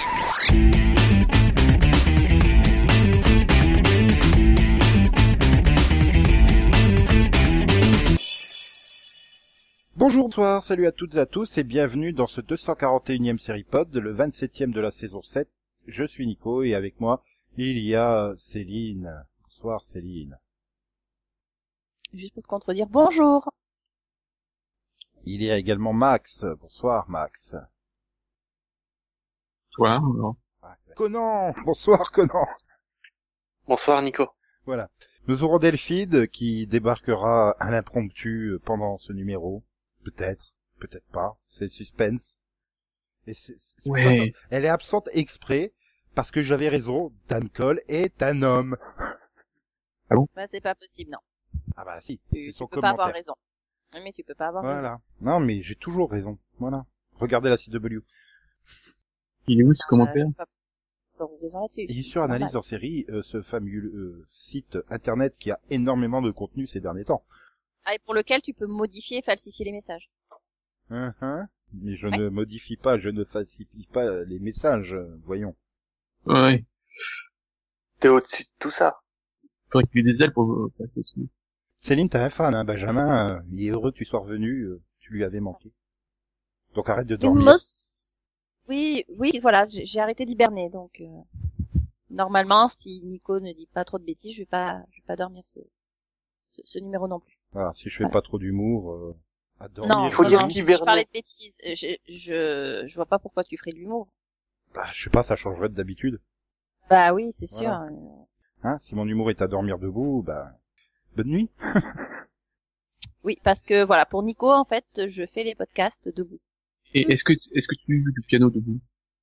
Bonjour, bonsoir, salut à toutes et à tous et bienvenue dans ce 241e série pod, le 27e de la saison 7. Je suis Nico et avec moi, il y a Céline. Bonsoir Céline. Juste pour te contredire, bonjour. Il y a également Max. Bonsoir Max. Bonsoir. Non. Conan. Bonsoir Conan. Bonsoir Nico. Voilà. Nous aurons Delphine qui débarquera à l'impromptu pendant ce numéro. Peut-être, peut-être pas. C'est le suspense. Et Ouais. Elle est absente exprès parce que j'avais raison. Dan Cole est un homme. Ah bon? Bah, c'est pas possible, non. Ah bah si, Tu c'est son peux pas avoir commentaire. raison. Oui, mais tu peux pas avoir raison. Voilà. Non mais j'ai toujours raison. Voilà. Regardez la CW. Il est où ce commentaire? Je peux pas avoir raison là-dessus. Et sur Analyse en série, ce fameux site internet qui a énormément de contenu ces derniers temps. Ah, et pour lequel tu peux modifier et falsifier les messages. Mais je ne modifie pas, je ne falsifie pas les messages, voyons. Ouais. T'es au-dessus de tout ça. Faudrait qu'il ait des ailes pour faire ça aussi. Céline, t'as un fan, hein, Benjamin, il est heureux que tu sois revenu, tu lui avais manqué. Donc arrête de dormir. Oui, voilà, j'ai arrêté d'hiberner, donc normalement, si Nico ne dit pas trop de bêtises, je vais pas dormir ce numéro non plus. Voilà, si je fais pas trop d'humour, à dormir. Non, Il faut dire non, qu'hiberner. je parlais de bêtises. Je vois pas pourquoi tu ferais de l'humour. Bah, je sais pas, ça changerait d'habitude. Bah oui, c'est sûr. Voilà. Hein, si mon humour est à dormir debout, bah, bonne nuit. Oui, parce que voilà, pour Nico, en fait, je fais les podcasts debout. Et est-ce que tu joues du piano debout?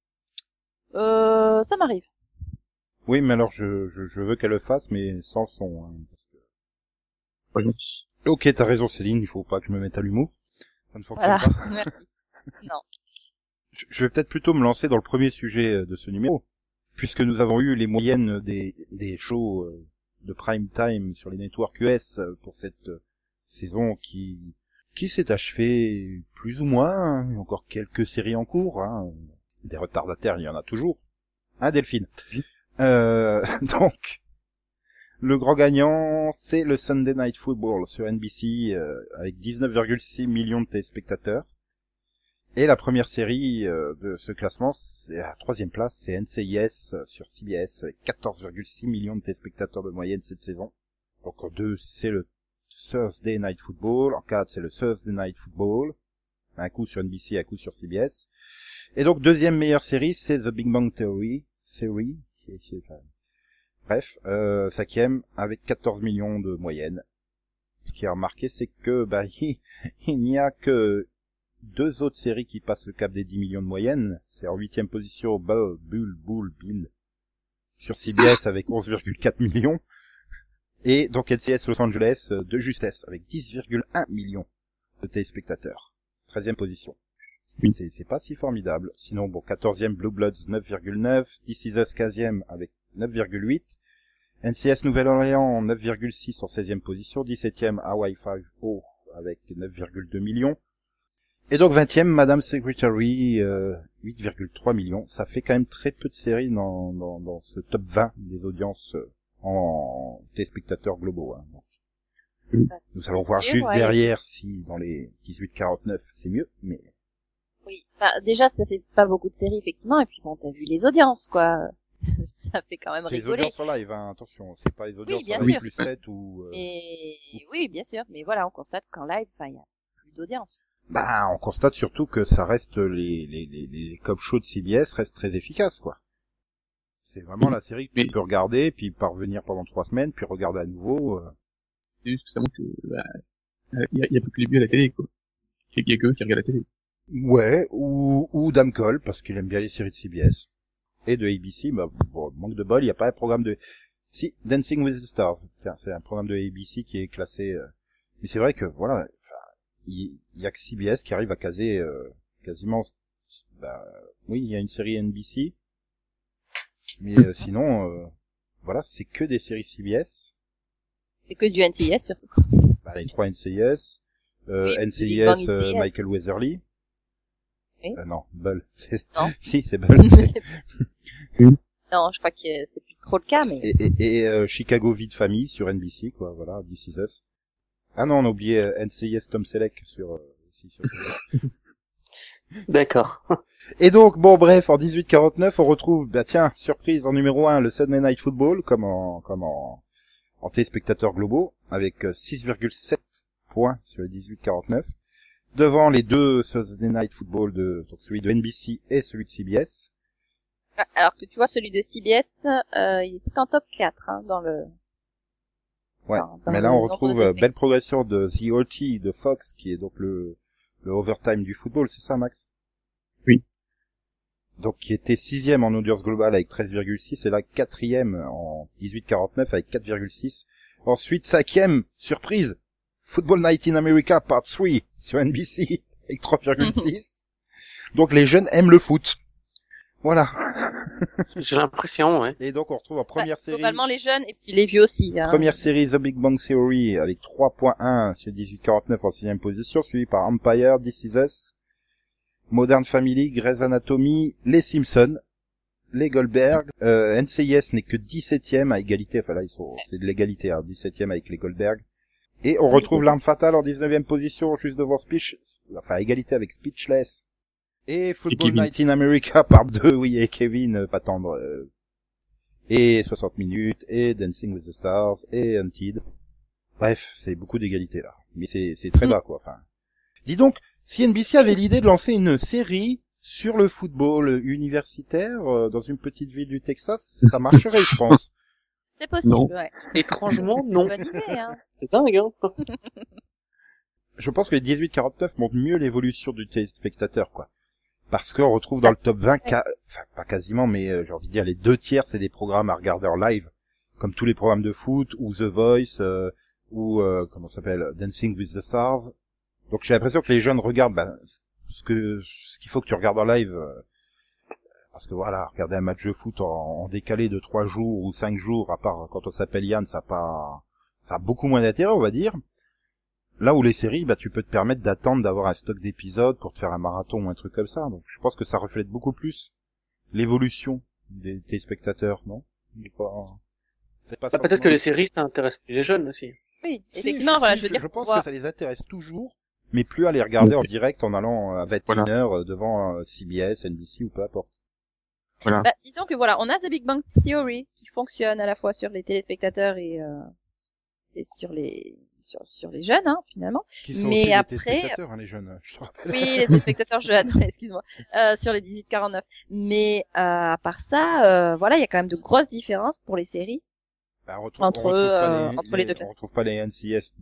Ça m'arrive. Oui, mais alors je veux qu'elle le fasse, mais sans son, hein, parce que... Pas gentil. Ok, t'as raison Céline, il faut pas que je me mette à l'humour. Ça ne fonctionne Voilà. pas. Merci. Non. Je vais peut-être plutôt me lancer dans le premier sujet de ce numéro, puisque nous avons eu les moyennes des shows de prime time sur les networks US pour cette saison qui s'est achevée plus ou moins. Hein. Il y a encore quelques séries en cours. Hein. Des retardataires, il y en a toujours. Hein, Delphine. Oui. Donc, le grand gagnant, c'est le Sunday Night Football sur NBC avec 19,6 millions de téléspectateurs. Et la première série de ce classement, c'est la troisième place, c'est NCIS sur CBS avec 14,6 millions de téléspectateurs de moyenne cette saison. Donc en 2, c'est le Thursday Night Football, en 4, c'est le Thursday Night Football, un coup sur NBC, un coup sur CBS. Et donc deuxième meilleure série, c'est The Big Bang Theory, bref, cinquième avec 14 millions de moyenne. Ce qui est remarqué, c'est que il n'y a que deux autres séries qui passent le cap des 10 millions de moyenne. C'est en 8e position Bill sur CBS avec 11,4 millions. Et donc NCIS Los Angeles de justesse avec 10,1 millions de téléspectateurs. 13e position. C'est pas si formidable. Sinon, 14e Blue Bloods 9,9. This Is Us 15e avec 9,8. NCIS Nouvelle-Orléans 9,6 en 16e position. 17e Hawaii 5-0 avec 9,2 millions. Et donc 20e, Madame Secretary, 8,3 millions. Ça fait quand même très peu de séries dans ce top 20 des audiences en téléspectateurs globaux. Hein. Donc, nous allons voir juste derrière si dans les 18-49 c'est mieux, mais... Oui, enfin, déjà ça fait pas beaucoup de séries effectivement, et puis bon, t'as vu les audiences quoi. Ça fait quand même c'est rigoler. les audiences en live, hein, attention, c'est pas les audiences Oui, bien en sûr. plus 7 ou... Oui, bien sûr, mais voilà, on constate qu'en live, enfin, il y a plus d'audience. Bah, on constate surtout que ça reste les cop shows de CBS restent très efficaces, quoi. C'est vraiment la série que tu peux regarder, puis parvenir pendant 3 semaines, puis regarder à nouveau. C'est juste que ça montre que, il y a pas que les vieux à la télé, quoi. Il y a que eux qui regardent la télé. Ouais, ou Dan Cole, parce qu'il aime bien les séries de CBS. Et de ABC, bah, bon, manque de bol, il n'y a pas un programme de... Si, Dancing with the Stars. Tiens, c'est un programme de ABC qui est classé... Mais c'est vrai que, voilà, il y a que CBS qui arrive à caser quasiment... oui, il y a une série NBC, mais sinon, voilà, c'est que des séries CBS. C'est que du NCIS surtout. Les 3 NCIS, Oui, NCIS Big Bang NCIS. Michael Weatherly. Oui. Non, Bull. Non. Si, c'est Bull. Non, je crois que c'est plus trop le cas, mais... Et Chicago Vie de famille sur NBC, quoi, voilà, This Is Us. Ah non, on a oublié NCIS Tom Selleck sur... aussi sur D'accord. Et donc, bon, bref, en 1849, on retrouve, bah tiens, surprise, en numéro 1, le Sunday Night Football, comme en téléspectateurs globaux, avec 6,7 points sur les 18-49, devant les deux Sunday Night Football donc celui de NBC et celui de CBS. Alors que tu vois, celui de CBS, il est en top 4, hein, dans le... Ouais, dans mais là, le on nombre retrouve de belle progression de The OT de Fox, qui est donc le overtime du football, c'est ça, Max? Oui. Donc, qui était 6e en audience globale avec 13,6, et là, 4e en 18-49 avec 4,6. Ensuite, 5e, surprise, Football Night in America Part 3 sur NBC avec 3,6. Donc, les jeunes aiment le foot. Voilà. J'ai l'impression, ouais. Et donc, on retrouve en première série... Globalement, les jeunes, et puis les vieux aussi. Hein. Première série The Big Bang Theory avec 3.1 sur 18-49 en 6e position, suivi par Empire, This Is Us, Modern Family, Grey's Anatomy, Les Simpsons, Les Goldberg, NCIS n'est que 17e à égalité, enfin là c'est de l'égalité, hein, 17e avec les Goldberg. Et on retrouve L'Arme Fatale en 19e position, juste devant à égalité avec Speechless. Et Football Night in America Part 2, oui, et Kevin, pas tendre, et 60 minutes, et Dancing with the Stars, et Hunted. Bref, c'est beaucoup d'égalité là. Mais c'est très bas, quoi, enfin. Dis donc, si NBC avait l'idée de lancer une série sur le football universitaire, dans une petite ville du Texas, ça marcherait, je pense. C'est possible, Non. ouais. Étrangement, non. Bonne idée, hein. C'est dingue, hein. Je pense que les 18-49 montrent mieux l'évolution du téléspectateur, quoi. Parce qu'on retrouve dans le top 20, enfin pas quasiment, mais j'ai envie de dire les 2/3 c'est des programmes à regarder en live, comme tous les programmes de foot ou The Voice ou comment ça s'appelle, Dancing with the Stars. Donc j'ai l'impression que les jeunes regardent ce qu'il faut que tu regardes en live, parce que voilà, regarder un match de foot en décalé de 3 jours ou 5 jours, à part quand on s'appelle Yann, ça a beaucoup moins d'intérêt, on va dire. Là où les séries, tu peux te permettre d'attendre d'avoir un stock d'épisodes pour te faire un marathon ou un truc comme ça. Donc je pense que ça reflète beaucoup plus l'évolution des téléspectateurs, non? Peut-être que les séries, ça intéresse plus les jeunes aussi. Oui, Si, effectivement, voilà, je veux dire... Je pense que ça les intéresse toujours, mais plus à les regarder en direct en allant à 21h devant CBS, NBC ou peu importe. Voilà. Disons que voilà, on a The Big Bang Theory qui fonctionne à la fois sur les téléspectateurs et sur les jeunes, hein, finalement. Qui sont Mais aussi après... des téléspectateurs, hein, les jeunes, je te rappelle. Oui, les téléspectateurs jeunes, ouais, excuse-moi, sur les 18-49. Mais à part ça, voilà, il y a quand même de grosses différences pour les séries. On retrouve entre les deux classes. On retrouve pas les NCIS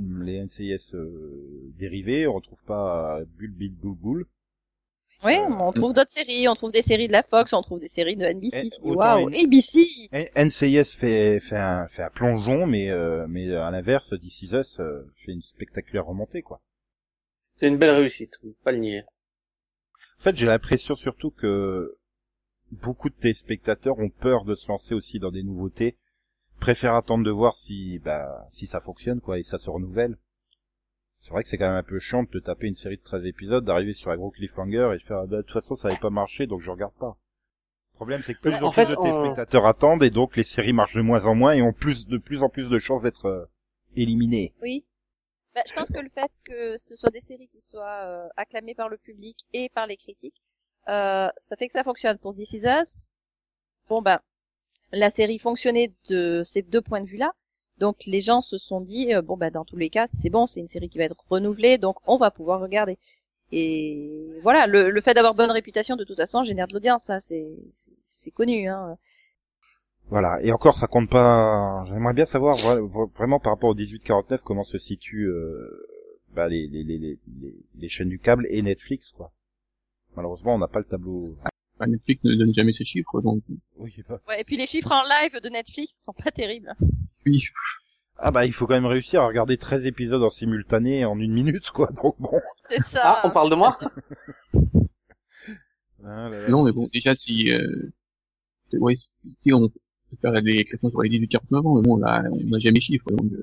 dérivés, on retrouve pas Bull Bill Bull Bull. Oui, on trouve d'autres séries, on trouve des séries de la Fox, on trouve des séries de NBC. Waouh, ABC. NCIS fait un plongeon, mais à l'inverse, This Is Us fait une spectaculaire remontée, quoi. C'est une belle réussite, on peut pas le nier. En fait, j'ai l'impression surtout que beaucoup de téléspectateurs ont peur de se lancer aussi dans des nouveautés, préfèrent attendre de voir si ça fonctionne, quoi, et ça se renouvelle. C'est vrai que c'est quand même un peu chiant de te taper une série de 13 épisodes, d'arriver sur un gros cliffhanger et de faire, de toute façon, ça n'avait pas marché, donc je regarde pas. Le problème, c'est que plus en plus de téléspectateurs attendent, et donc les séries marchent de moins en moins et ont de plus en plus de chances d'être éliminées. Oui. Je pense que le fait que ce soit des séries qui soient acclamées par le public et par les critiques, ça fait que ça fonctionne. Pour This Is Us, la série fonctionnait de ces deux points de vue-là. Donc les gens se sont dit dans tous les cas c'est bon, c'est une série qui va être renouvelée, donc on va pouvoir regarder. Et voilà, le fait d'avoir bonne réputation de toute façon génère de l'audience, ça c'est connu, hein. Voilà, et encore ça compte pas. J'aimerais bien savoir vraiment par rapport au 18-49 comment se situent les chaînes du câble et Netflix, quoi. Malheureusement, on n'a pas le tableau. Netflix ne donne jamais ses chiffres, donc. Oui, Ouais, et puis les chiffres en live de Netflix sont pas terribles. Oui. Ah il faut quand même réussir à regarder 13 épisodes en simultané en 1 minute, quoi. Donc bon. C'est ça. Ah, on parle de moi? Non, mais bon, déjà si on peut faire des classements sur les 18-49 ans, mais bon, là, on n'a jamais les chiffres, donc.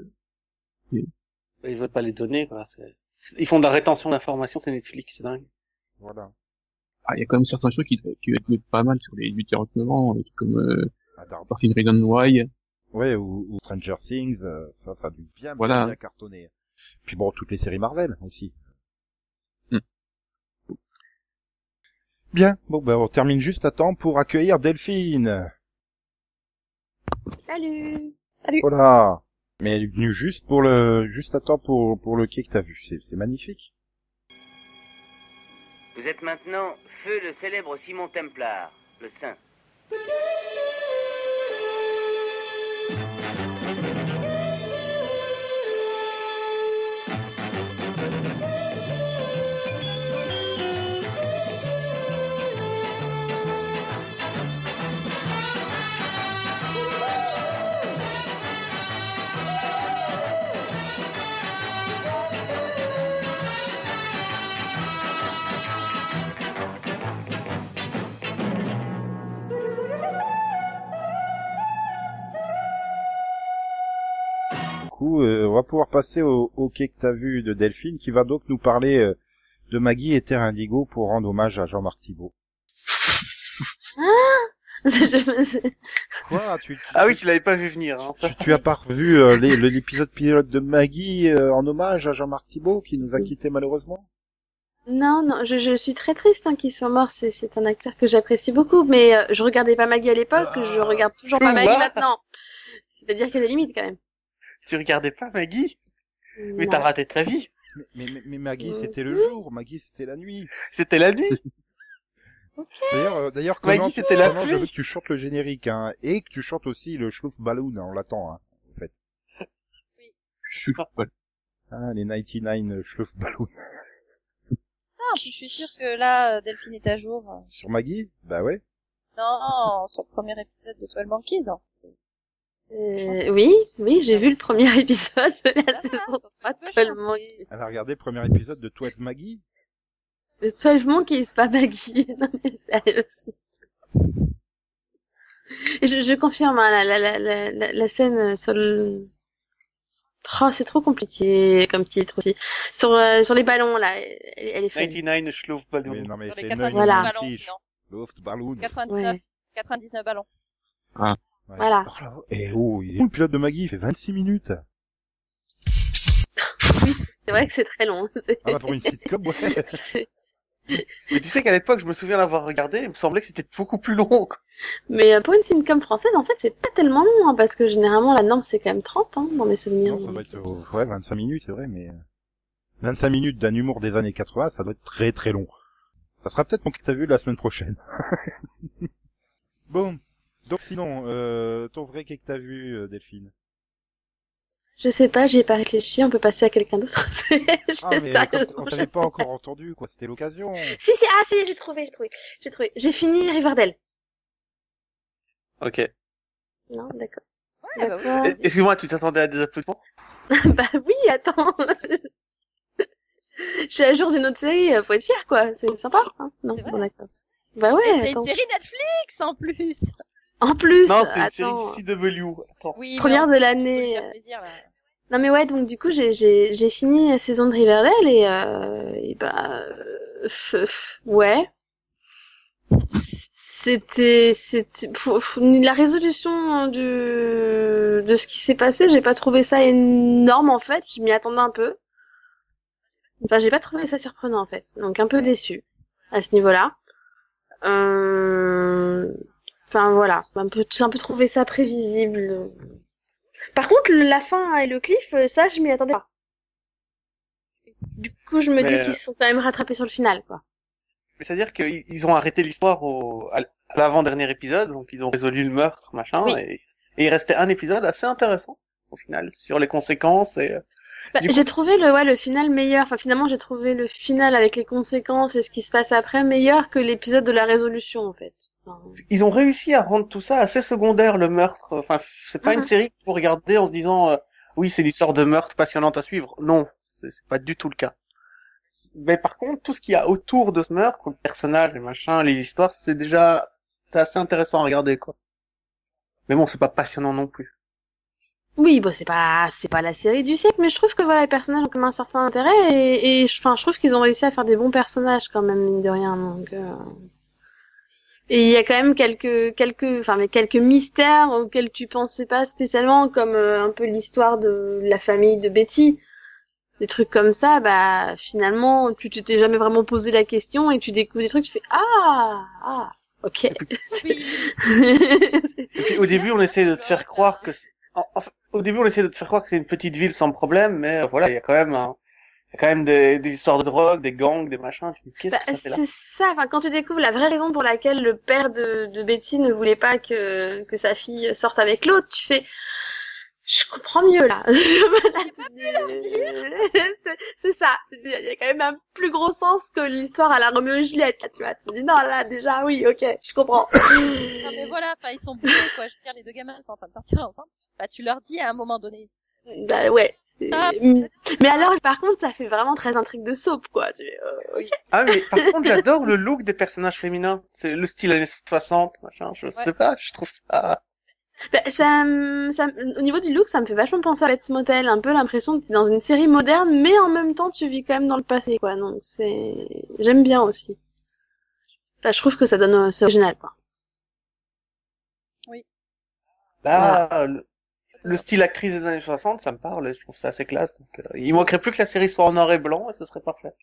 Ils veulent pas les donner, quoi. Ils font de la rétention d'informations, c'est Netflix, c'est dingue. Voilà. il y a quand même certains trucs qui vont être pas mal sur les 8-49 ans, des trucs comme, Ah, Dark. Parking Reason Why. Ouais, ou Stranger Things, ça a dû Voilà. bien cartonner. Puis bon, toutes les séries Marvel aussi. Hmm. Bien, bon on termine juste à temps pour accueillir Delphine. Salut. Voilà. Mais elle est venue juste à temps pour le quai que t'as vu. C'est magnifique. Vous êtes maintenant feu le célèbre Simon Templar, le saint. Du coup, on va pouvoir passer au quai que t'as vu de Delphine, qui va donc nous parler de Maggie et Terre Indigo pour rendre hommage à Jean-Marc Thibault. Quoi? Ah oui, tu l'avais pas vu venir, hein, ça. Tu as pas revu l'épisode pilote de Maggie en hommage à Jean-Marc Thibault qui nous a quittés malheureusement? Non, je suis très triste qu'il soit mort. C'est un acteur que j'apprécie beaucoup, mais je regardais pas Maggie à l'époque, je regarde toujours pas Maggie maintenant. C'est-à-dire qu'il y a des limites quand même. Tu regardais pas Maggie? Mais Non. t'as raté ta vie. Mais Maggie c'était le jour, Maggie c'était la nuit. C'était la nuit. D'ailleurs, Maggie, c'était la comment je veux pluie. que tu chantes le générique, hein, et que tu chantes aussi le Schlouf Balloon, hein, on l'attend, hein, en fait. Je suis pas. Ah, les 99 Schlouf Balloon. Ah, puis je suis sûre que là, Delphine est à jour. Sur Maggie? Bah ouais. Non, sur le premier épisode de 12 Monkeys. Non. Oui, j'ai vu le premier épisode de la saison 3 peux tellement. chanter. Elle a regardé le premier épisode de 12 Maggie? 12 Monkeys, pas Maggie. Non mais sérieusement. Et je confirme, hein, la scène sur le... Oh, c'est trop compliqué comme titre aussi. Sur les ballons, là, elle est fun. 99 Schlouf Mais Balloon. non, mais Sur les c'est 99 Voilà. ballons, sinon. Schlouf Balloon. 99, Ouais. 99 ballons. Ouais. Voilà. Oh là, et oh, il est où le pilote de Maggie? Il fait 26 minutes. C'est vrai que c'est très long. Ah bah pour une sitcom, ouais. C'est- Mais tu sais qu'à l'époque, je me souviens l'avoir regardé, il me semblait que c'était beaucoup plus long, quoi. Mais pour une sitcom française, en fait, c'est pas tellement long, hein, parce que généralement, la norme, c'est quand même 30, hein, dans mes souvenirs. Non, ça doit être, ouais, 25 minutes, c'est vrai, mais 25 minutes d'un humour des années 80, ça doit être très très long. Ça sera peut-être mon que t'as vu la semaine prochaine. Bon. Donc sinon, ton vrai que t'as vu, Delphine? Je sais pas, j'y ai pas réfléchi, on peut passer à quelqu'un d'autre. Ah, mais Sérieusement, on je t'avait sais pas encore entendu, quoi, c'était l'occasion. Si, j'ai trouvé. J'ai fini Riverdale. Ok. Non, d'accord. Ouais, bah oui. D'accord. Excuse-moi, tu t'attendais à des applaudissements? Bah oui, attends. Je suis à jour d'une autre série, faut être fier, quoi. C'est sympa, hein. Non, C'est vrai. bon, d'accord. Bah Et ouais, c'est attends. une série Netflix en plus. En plus, Non, c'est une attends. série CW. Attends. Oui, Première mais de on peut l'année. lui faire plaisir, là. Non mais ouais, donc du coup j'ai fini la saison de Riverdale et bah ouais. C'était la résolution de ce qui s'est passé, j'ai pas trouvé ça énorme en fait, je m'y attendais un peu. Enfin, j'ai pas trouvé ça surprenant en fait. Donc un peu déçu à ce niveau-là. Enfin voilà, j'ai un peu trouvé ça prévisible. Par contre, la fin et le cliff, ça, je m'y attendais pas. Du coup, je me dis qu'ils se sont quand même rattrapés sur le final, quoi. Mais c'est-à-dire qu'ils ont arrêté l'histoire à l'avant-dernier épisode, donc ils ont résolu le meurtre, machin, Oui. et il restait un épisode assez intéressant, au final, sur les conséquences et... Bah, Du coup- j'ai trouvé le final meilleur. Enfin, finalement, j'ai trouvé le final avec les conséquences et ce qui se passe après meilleur que l'épisode de la résolution, en fait. Enfin, Ils ont réussi à rendre tout ça assez secondaire, le meurtre. Enfin, c'est pas une série qu'il faut regarder en se disant oui, c'est une histoire de meurtre passionnante à suivre. Non, c'est pas du tout le cas. Mais par contre, tout ce qu'il y a autour de ce meurtre, le personnage, les machins, les histoires, c'est assez intéressant à regarder, quoi. Mais bon, c'est pas passionnant non plus. Oui, bon, c'est pas la série du siècle, mais je trouve que voilà, les personnages ont quand même un certain intérêt et je trouve qu'ils ont réussi à faire des bons personnages quand même, mine de rien, donc, Et il y a quand même quelques mystères auxquels tu pensais pas spécialement, comme un peu l'histoire de la famille de Betty. Des trucs comme ça, bah, finalement, tu t'étais jamais vraiment posé la question et tu découvres des trucs, tu fais, ok. Oui. Et puis au début, on essaie de te faire croire que au début, on essaie de te faire croire que c'est une petite ville sans problème, mais voilà, il y a quand même des histoires de drogue, des gangs, des machins. Tu dis, qu'est-ce que ça fait là? C'est ça, enfin, quand tu découvres la vraie raison pour laquelle le père de Betty ne voulait pas que sa fille sorte avec l'autre, tu fais, je comprends mieux, là. C'est ça. Il y a quand même un plus gros sens que l'histoire à la Roméo et Juliette, là, tu vois. Tu te dis, non, là, déjà, oui, ok, je comprends. Non mais voilà, enfin ils sont bourrés quoi. Je veux dire, les deux gamins sont en train de partir ensemble. Bah tu leur dis à un moment donné. Bah, ouais. Ah, Mais alors, par contre, ça fait vraiment très intrigue de soap, quoi. Ok. Ah, mais par contre, j'adore le look des personnages féminins. C'est le style années 60, machin, je sais pas, je trouve ça... Bah, au niveau du look, ça me fait vachement penser à Bates Motel, un peu l'impression que t'es dans une série moderne, mais en même temps, tu vis quand même dans le passé, quoi. Donc, j'aime bien aussi. Enfin, je trouve que c'est original, quoi. Là, le style actrice des années 60, ça me parle, je trouve ça assez classe. Donc, il manquerait plus que la série soit en noir et blanc, et ce serait parfait.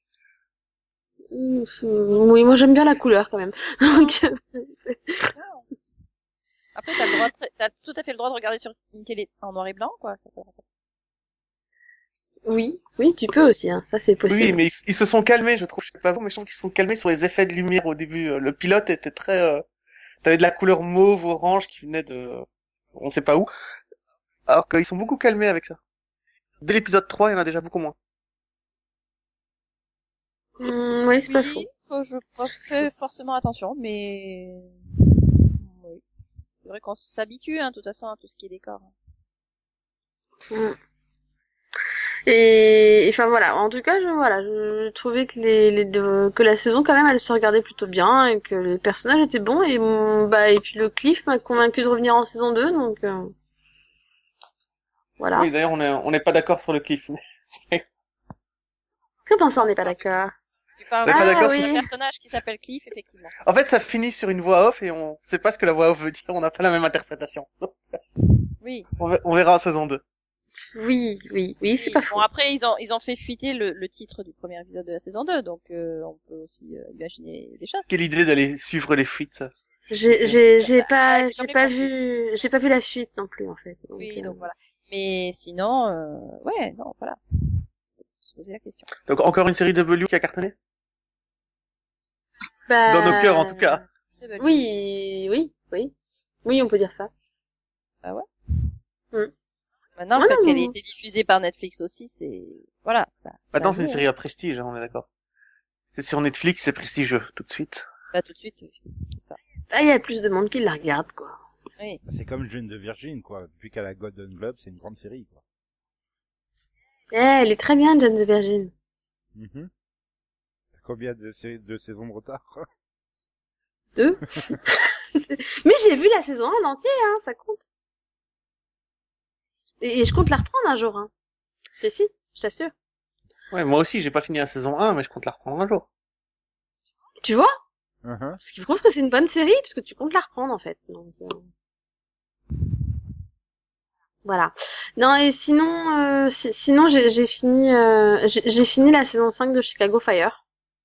Oui, moi j'aime bien la couleur quand même. Donc, Après t'as tout à fait le droit de regarder sur une télé en noir et blanc quoi. oui, tu peux aussi, hein. Ça c'est possible. Oui, mais ils se sont calmés, je trouve, je sais pas vous, mais je trouve qu'ils se sont calmés sur les effets de lumière au début. Le pilote était très... T'avais de la couleur mauve, orange qui venait de... on sait pas où. Alors qu'ils sont beaucoup calmés avec ça. Dès l'épisode 3, il y en a déjà beaucoup moins. Oui, c'est pas faux. Je pas fait forcément attention, mais oui. C'est vrai qu'on s'habitue, hein, de toute façon, à tout ce qui est décor. Et enfin voilà, en tout cas, je trouvais que que la saison quand même, elle se regardait plutôt bien et que les personnages étaient bons et puis le Cliff m'a convaincu de revenir en saison 2, donc voilà. Oui, d'ailleurs, on n'est pas d'accord sur le cliff. Comment ça, on n'est pas d'accord? Tu parles D'accord, d'accord, d'un oui. personnage qui s'appelle Cliff, effectivement. En fait, ça finit sur une voix off et on sait pas ce que la voix off veut dire, on n'a pas la même interprétation. Oui. On verra en saison 2. Oui, c'est pas faux. Bon, après, ils ont fait fuiter le titre du premier épisode de la saison 2, donc on peut aussi imaginer des choses. Quelle idée d'aller suivre les fuites, ça. J'ai pas c'est comme les j'ai pas vu la suite non plus en fait. Donc, Oui, donc voilà. Mais sinon, ouais, non, voilà. Se poser la question. Donc encore une série W qui a cartonné? bah, Dans nos cœurs, en tout cas. Oui, on peut dire ça. Ah ouais. Mm. Maintenant, Ouais, le fait non, qu'elle mais- ait été diffusée par Netflix aussi, c'est voilà, ça. Maintenant, ça c'est une joue, série à prestige, hein, on est d'accord. C'est sur Netflix, c'est prestigieux, tout de suite. Bah tout de suite, oui. C'est ça. Bah, il y a plus de monde qui la regarde quoi. Oui. C'est comme Jane de Virgin, quoi. Depuis qu'elle a Golden Globe, c'est une grande série, quoi. Elle est très bien, Jane the Virgin. Mhm. T'as combien de saisons de retard? 2. Mais j'ai vu la saison 1 en entier, hein, ça compte. Et je compte la reprendre un jour, hein. Et si, je t'assure. Ouais, moi aussi, j'ai pas fini la saison 1, mais je compte la reprendre un jour. Tu vois? Mhm. Ce qui prouve que c'est une bonne série, puisque tu comptes la reprendre, en fait. Donc, voilà. Non, et sinon, sinon j'ai fini la saison 5 de Chicago Fire.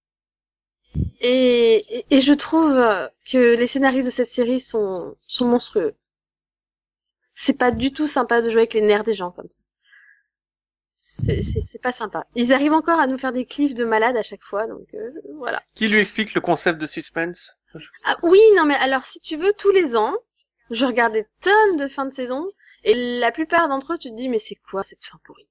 Et je trouve que les scénaristes de cette série sont monstrueux. C'est pas du tout sympa de jouer avec les nerfs des gens comme ça. C'est pas sympa. Ils arrivent encore à nous faire des cliffs de malades à chaque fois, donc voilà. Qui lui explique le concept de suspense? Ah oui, non mais alors si tu veux, tous les ans, je regarde des tonnes de fins de saison, et la plupart d'entre eux, tu te dis, mais c'est quoi cette fin pourrie?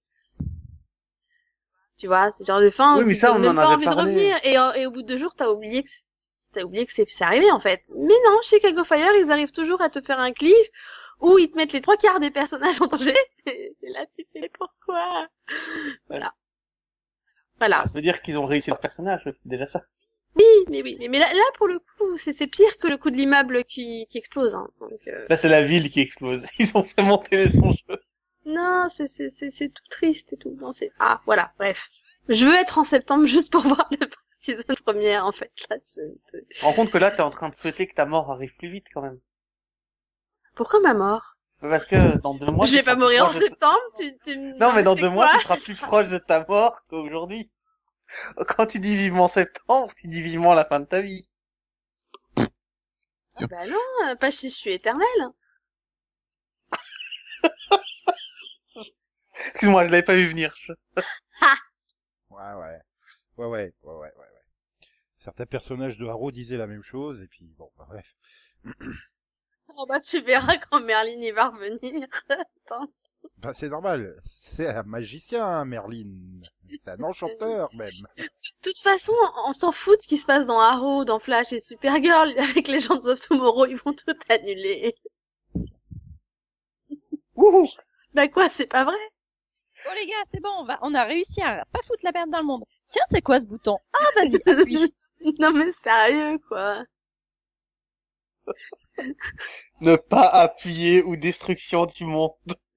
Tu vois, c'est genre de fin Oui, où mais tu ça, n'as on même en pas avait envie de parlé. revenir, et au bout de 2 jours, t'as oublié que c'est arrivé, en fait. Mais non, Chicago Fire, ils arrivent toujours à te faire un cliff où ils te mettent les 3/4 des personnages en danger, et là, tu fais pourquoi? Voilà. Ah, ça veut dire qu'ils ont réussi leur personnage, c'est déjà ça. Oui, mais là, pour le coup, c'est pire que le coup de l'immeuble qui explose, hein. Donc, Là, c'est la ville qui explose. Ils ont fait monter les enjeux. Non, c'est tout triste et tout. Non, ah, voilà, bref. Je veux être en septembre juste pour voir le saison première, en fait. Là, Tu te rends compte que là, t'es en train de souhaiter que ta mort arrive plus vite, quand même. Pourquoi ma mort? Parce que dans 2 mois... Je vais pas mourir en septembre, Non, mais dans c'est 2 mois, quoi tu seras plus proche de ta mort qu'aujourd'hui. Quand tu dis vivement septembre, tu dis vivement la fin de ta vie. Ah bah non, pas si je suis éternelle. Excuse-moi, je l'avais pas vu venir. Ouais. Certains personnages de Arrow disaient la même chose, et puis bon, bah, bref. Oh bah tu verras quand Merlin y va revenir. Attends. Bah, c'est normal, c'est un magicien, hein, Merlin. C'est un enchanteur, même. De toute façon, on s'en fout de ce qui se passe dans Arrow, dans Flash et Supergirl. Avec Legends of Tomorrow, ils vont tout annuler. Wouhou! Bah quoi, c'est pas vrai? Oh les gars, c'est bon, on a réussi à pas foutre la merde dans le monde. Tiens, c'est quoi ce bouton? Ah, vas-y, appuie. Non mais sérieux, quoi. Ne pas appuyer ou destruction du monde.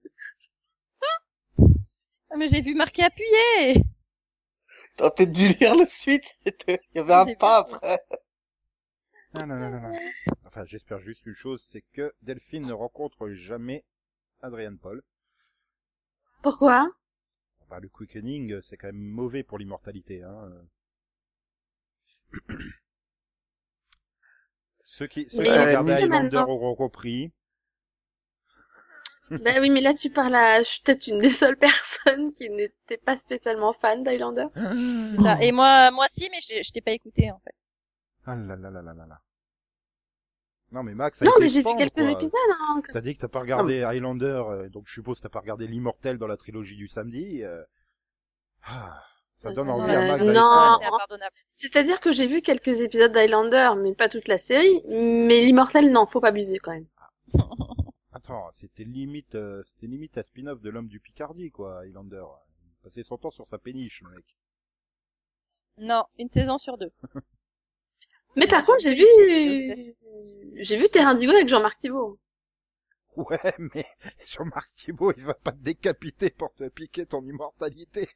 Ah, mais j'ai vu marqué appuyer. T'as peut-être dû lire le suite. Il y avait un C'est pas bien. après. Non. Enfin, j'espère juste une chose, c'est que Delphine ne rencontre jamais Adrian Paul. Pourquoi? Bah, le quickening, c'est quand même mauvais pour l'immortalité, hein. Ceux qui Mais regardaient oui, Highlander maintenant. auront compris. Bah oui, mais là tu parles à... Je suis peut-être une des seules personnes qui n'était pas spécialement fan d'Highlander. Ça. Et moi si, mais je t'ai pas écouté, en fait. Ah là là là là là là. Non mais Max, ça a Non, été mais j'ai vu spam, quelques quoi. épisodes, hein. T'as dit que t'as pas regardé Highlander, donc je suppose que t'as pas regardé l'Immortel dans la trilogie du samedi. Ça donne envie à Max d'aller se non. prendre. C'est impardonnable. C'est-à-dire que j'ai vu quelques épisodes d'Highlander, mais pas toute la série. Mais l'Immortel, non, faut pas abuser quand même. Attends, c'était limite un spin-off de l'homme du Picardie, quoi, Highlander. Il passait son temps sur sa péniche, le mec. Non, une saison sur 2. Mais par contre, j'ai vu Terre Indigo avec Jean-Marc Thibault. Ouais, mais Jean-Marc Thibault, il va pas te décapiter pour te piquer ton immortalité.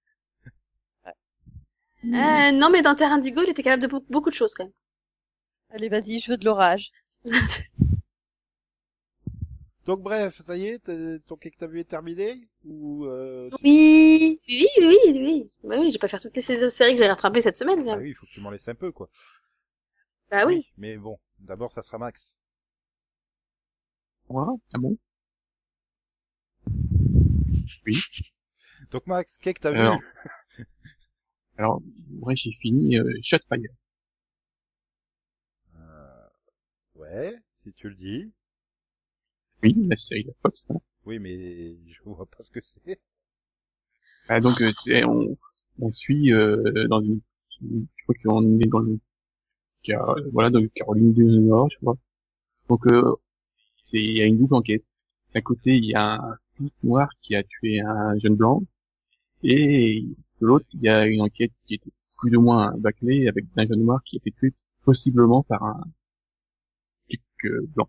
Non, mais dans Terre Indigo, il était capable de beaucoup de choses quand même. Allez, vas-y, je veux de l'orage. Donc bref, ça y est, ton quai que t'as vu est terminé? Ou Oui, Bah oui, je vais pas faire toutes les séries que j'ai rattrapées cette semaine, quand Ah même. oui, il faut que tu m'en laisses un peu, quoi. Bah oui. Mais bon, d'abord, ça sera Max. Voilà. Ah bon? Oui. Donc Max, qu'est-ce que t'as Alors, vu? alors, ouais, j'ai fini Shotfire. Ouais, si tu le dis. Oui, la série de la Fox. Hein. Oui, mais je vois pas ce que c'est. Ah, donc on suit dans je crois qu'on est dans voilà, dans Caroline du Nord, je crois. Donc il y a une double enquête. D'un côté, il y a un flic noir qui a tué un jeune blanc, et de l'autre, il y a une enquête qui est plus ou moins bâclée avec un jeune noir qui a été tué possiblement par un flic blanc.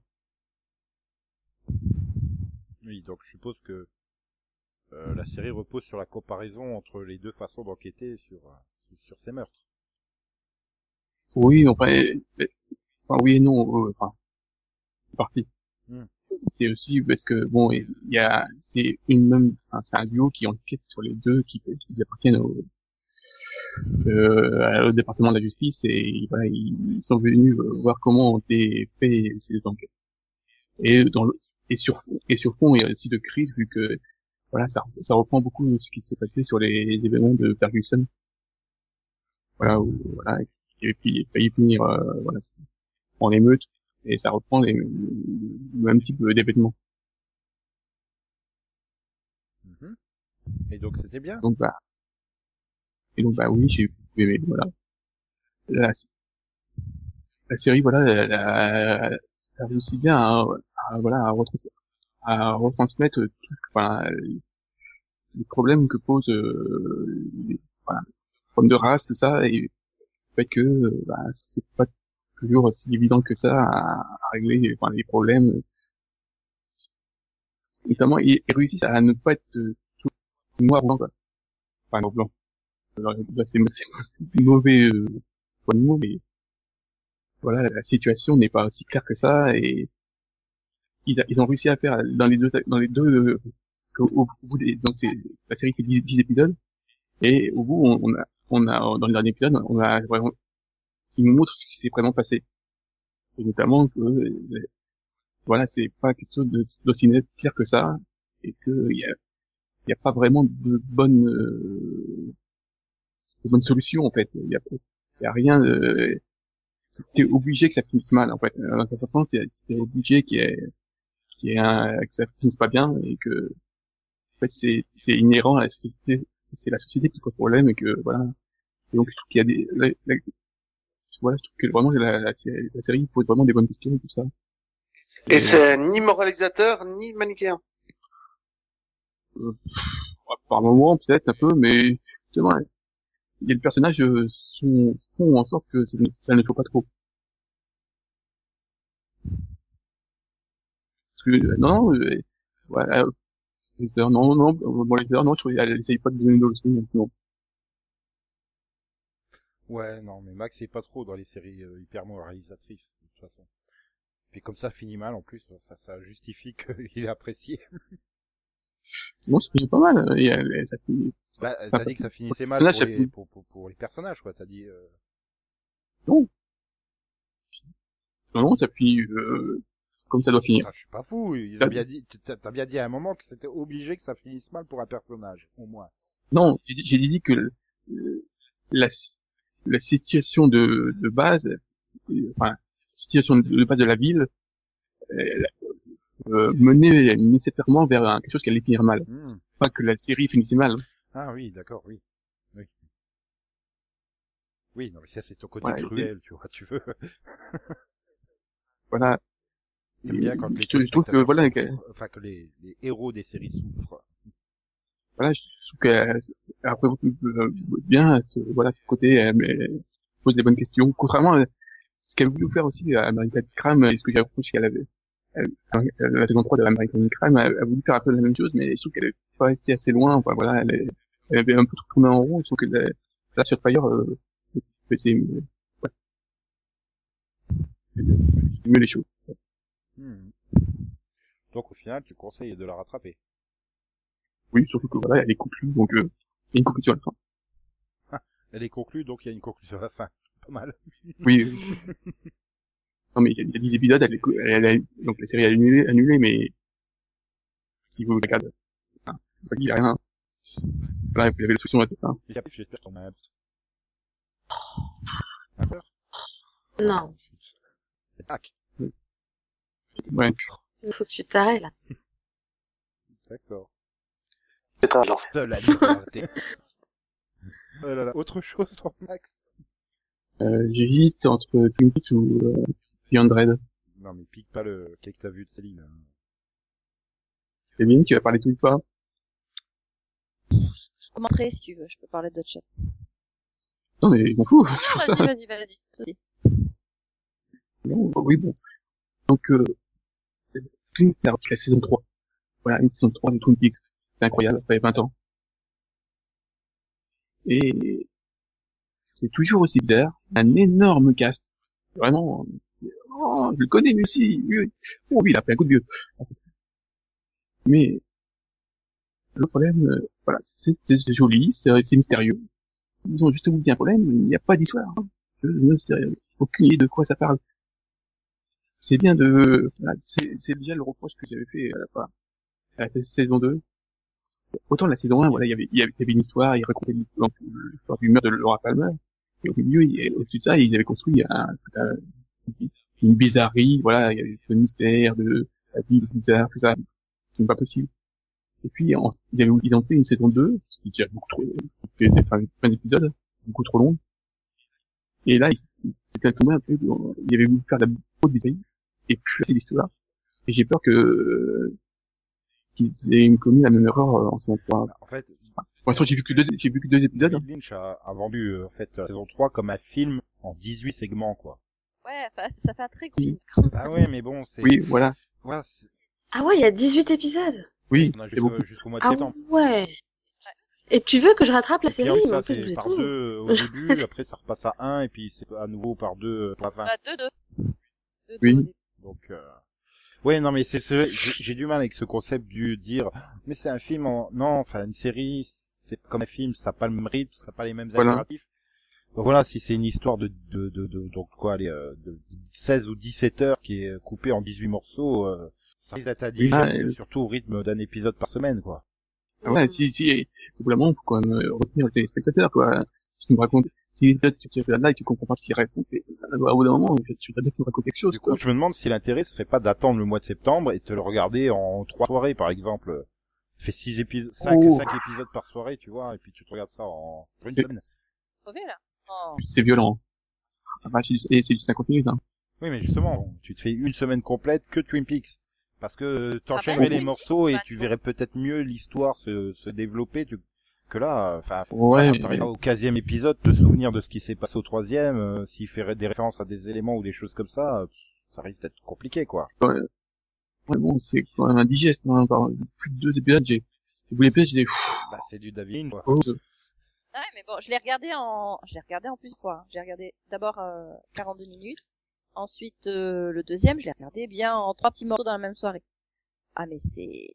Oui, donc je suppose que la série repose sur la comparaison entre les deux façons d'enquêter sur ces meurtres. Oui, enfin oui et non, enfin, c'est parti. C'est aussi parce que bon, c'est c'est un duo qui enquête sur les deux qui appartiennent au département de la justice, et voilà, ils sont venus voir comment ont été faits ces deux enquêtes. Et sur fond, il y a aussi de Creed, vu que voilà, ça reprend beaucoup ce qui s'est passé sur les événements de Ferguson. Voilà, et puis il a failli finir voilà, en émeute, et ça reprend le même type d'événements. Et donc c'était bien. Donc bah oui, j'ai aimé, voilà. La série, voilà, elle réussit bien à retransmettre les problèmes que pose voilà, les problèmes de race, tout ça, et fait que c'est pas toujours si évident que ça à régler les problèmes notamment, ils réussissent à ne pas être tout noir ou blanc, quoi. Enfin, noir blanc. Alors, là, c'est mauvais, point de mot, mais voilà, la situation n'est pas aussi claire que ça, et ils ont réussi à faire dans les deux, au bout donc la série fait 10 épisodes, et au bout, on a, dans le dernier épisode, on a vraiment, ils nous montrent ce qui s'est vraiment passé. Et notamment que, voilà, c'est pas quelque chose d'aussi net, clair que ça, et que il y a pas vraiment de bonne solution, en fait. Il y a rien, t'es obligé que ça finisse mal, en fait. Dans un certain sens, c'est obligé que ça finisse pas bien, et que, en fait, c'est inhérent à la société, c'est la société qui pose problème, et que, voilà. Et donc, je trouve qu'il y a voilà, je trouve que vraiment la série pose vraiment des bonnes questions, tout ça. Et c'est ni moralisateur, ni manichéen. Par moment, peut-être, un peu, mais, justement, les personnages font en sorte que ça ne faut pas trop. Parce que, non, voilà, non, je trouve qu'elle essaye pas de donner de leçons, non. Ouais, non, mais Max est pas trop dans les séries hyper moralisatrices, de toute façon. Puis comme ça finit mal, en plus, ça justifie qu'il est apprécié. Non, ça finit pas mal, et ça finit... Bah, t'as dit que ça finissait mal pour les personnages, quoi, t'as dit... Non. Non, ça finit, comme ça doit finir. Ah, je suis pas fou, ils ont bien dit, t'as bien dit à un moment que c'était obligé que ça finisse mal pour un personnage, au moins. Non, j'ai dit que la situation de base, enfin, la situation de base de la ville, menait nécessairement vers quelque chose qui allait finir mal. Pas que la série finissait mal. Ah oui, d'accord, oui. Oui, non, mais ça, c'est ton côté cruel, tu vois, tu veux. Voilà. J'aime bien quand je trouve que, voilà, enfin, que les héros des séries souffrent. Voilà, je trouve qu'elle représente bien, voilà, ce côté, elle pose des bonnes questions. Contrairement à ce qu'elle voulait faire aussi à American Crime, et ce que j'ai reproché qu'elle avait, la saison 3 de American Crime, elle a voulu faire un peu la même chose, mais je trouve qu'elle est pas restée assez loin, enfin, voilà, elle avait un peu tourné en rond, je trouve que la sur Fire, c'est, ouais. C'est mieux les choses. Donc, au final, tu conseilles de la rattraper. Oui, surtout que voilà, elle est conclue, donc il y a une conclusion à la fin. Elle est conclue, donc il y a une conclusion à la fin. Pas mal. Oui. Non, mais il y a 10 épisodes, donc la série est annulée, mais si vous regardez, il y a rien. Voilà, il y avait la solution à tout ça. J'espère qu'on a un peur. Non. Tac. Ouais. Il faut que tu t'arrêtes, là. D'accord. C'est un lance. De la liberté. Oh là là, autre chose pour Max? J'hésite entre Twin Peaks ou Beyond Red. Non mais pique pas le cake que t'as vu de Céline. C'est bien, tu vas parler tout ou pas? Je commenterai si tu veux, je peux parler d'autre chose. Non mais je m'en fous, c'est pour ça. Vas-y. Non, oui bon. Donc Twin Peaks, la saison 3. Voilà, une saison 3 de Twin Peaks. C'est incroyable, après 20 ans. Et c'est toujours aussi bizarre. Un énorme cast. Vraiment, oh, je le connais, lui aussi. Oh, oui, il a pris un coup de vieux. Mais, le problème, voilà, c'est joli, c'est mystérieux. Ils ont juste oublié un problème, il n'y a pas d'histoire. Je ne sais aucune idée de quoi ça parle. C'est bien voilà, c'est déjà le reproche que j'avais fait à la saison 2. Autant la saison 1, voilà, il y avait une histoire, il racontait l'histoire du meurtre de Laura Palmer. Et au milieu, au-dessus de ça, ils avaient construit une bizarrerie, voilà, il y avait ce mystère de la vie bizarre, tout ça. C'est pas possible. Et puis, ils ont fait une saison 2, qui est déjà beaucoup trop, plein d'épisodes, beaucoup trop long. Et là, c'était tombé un peu, il avait voulu faire la faute des aïeux, et puis c'est l'histoire. Et j'ai peur qu'ils aient commis la même erreur en saison 3. En fait, pour l'instant, j'ai vu que deux épisodes. David Lynch a vendu, en fait, la saison 3 comme un film en 18 segments, quoi. Ouais, enfin, ça fait un très gros film. Ah ouais, mais bon, c'est... Oui, voilà. Voilà, Ah ouais, il y a 18 épisodes. Oui, On a c'est beaucoup. jusqu'au mois de Ah septembre. ouais. Et tu veux que je rattrape la Et puis, série, mais ça, en fait, c'est j'ai par tout. 2 au début, après ça repasse à 1, et puis c'est à nouveau par 2 pour la fin. Bah, 2-2. 2-2 Oui. au début. Donc, ouais, non, mais j'ai du mal avec ce concept du dire, mais c'est un film non, enfin, une série, c'est comme un film, ça n'a pas le même rythme, ça n'a pas les mêmes Voilà. impératifs. Donc voilà, si c'est une histoire donc quoi, de 16 ou 17 heures qui est coupée en 18 morceaux, ça risque d'être indigeste, surtout au rythme d'un épisode par semaine, quoi. Ah ouais, si, au bout d'un moment, faut quand même retenir le téléspectateur, quoi. Si tu me racontes, si là, tu fais là et tu comprends pas ce qu'il raconte, au bout d'un moment, tu voudrais bien que tu me racontes quelque chose, Du coup, quoi. je me demande si l'intérêt ce serait pas d'attendre le mois de septembre et de le regarder en 3 soirées, par exemple. Fais 5 épisodes par soirée, tu vois, et puis tu te regardes ça en une semaine. Sauvé, là. Oh. C'est violent. Enfin, c'est du 50 minutes, hein. Oui, mais justement, tu te fais une semaine complète que Twin Peaks. Parce que t'enchaînerais Ah ben, les oui, morceaux et bah, tu verrais peut-être mieux l'histoire se développer que là, enfin, Ouais. voilà, t'arrives au 15e épisode, te souvenir de ce qui s'est passé au 3e, s'il fait des références à des éléments ou des choses comme ça risque d'être compliqué, quoi. Ouais, bon, c'est quand même indigeste, hein. Par plus de 2 épisodes, j'ai voulu plus, j'ai dit, Bah, c'est du David Lynch, quoi. Ah ouais, mais bon, je l'ai regardé en plusieurs fois. J'ai regardé d'abord 42 minutes. Ensuite, le deuxième, je l'ai regardé bien en 3 petits morceaux dans la même soirée. Ah, mais oui,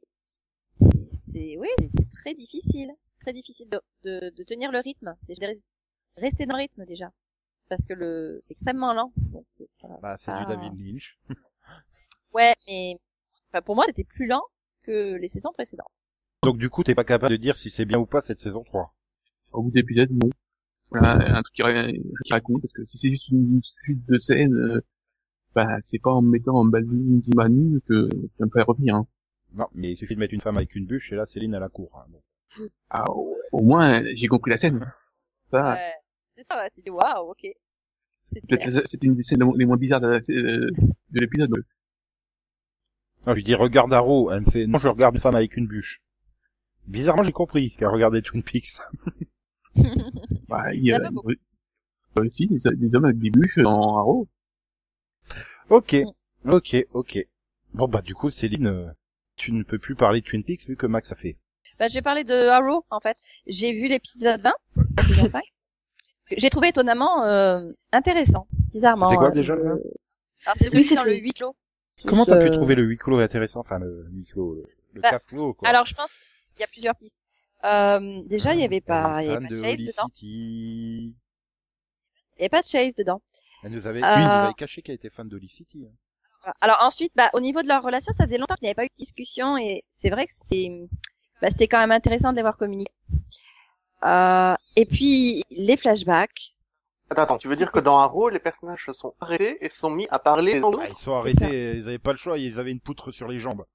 c'est très difficile de tenir le rythme, de rester dans le rythme déjà, parce que c'est extrêmement lent. Donc, Bah, c'est du David Lynch. Ouais, mais enfin, pour moi, c'était plus lent que les saisons précédentes. Donc, du coup, t'es pas capable de dire si c'est bien ou pas cette saison 3. Au bout d'épisode, non. Voilà, un truc qui raconte, parce que si c'est juste une suite de scènes, bah, c'est pas en me mettant en Balvin Zimani que tu vas me faire revenir, hein. Non, mais il suffit de mettre une femme avec une bûche et là, Céline à la cour. Hein, bon. Ah, au moins, j'ai compris la scène. Ça, Ouais, c'est ça, ouais, tu dis waouh, ok. c'était une des scènes les moins bizarres de l'épisode. Non, je lui dis, regarde Arrow. Elle me fait, non, je regarde une femme avec une bûche. Bizarrement, j'ai compris qu'elle regardait Twin Peaks. Bah, il y a aussi des hommes avec des bûches en Arrow. Ok. Bon, bah, du coup, Céline, tu ne peux plus parler de Twin Peaks vu que Max a fait. Bah, j'ai parlé de Arrow, en fait. J'ai vu l'épisode 20, la saison 5. J'ai trouvé étonnamment intéressant, bizarrement. C'était quoi déjà là Alors, c'est celui dans le huis clos. Comment t'as pu trouver le huis clos intéressant, enfin le huis clos, le Bah, cave clos, quoi. Alors, je pense qu'il y a plusieurs pistes. Déjà, il y avait pas Chase dedans. City. Il y avait pas de Chase dedans. Elle nous avait caché qu'elle était fan d'Holly City. Hein. Alors ensuite, bah, au niveau de leur relation, ça faisait longtemps qu'il n'y avait pas eu de discussion et c'est vrai que c'était quand même intéressant de les voir communiquer. Et puis, les flashbacks. Attends, tu veux dire que dans Arrow, les personnages se sont arrêtés et se sont mis à parler les uns aux autres? Ah, ils sont arrêtés, ils avaient pas le choix, ils avaient une poutre sur les jambes.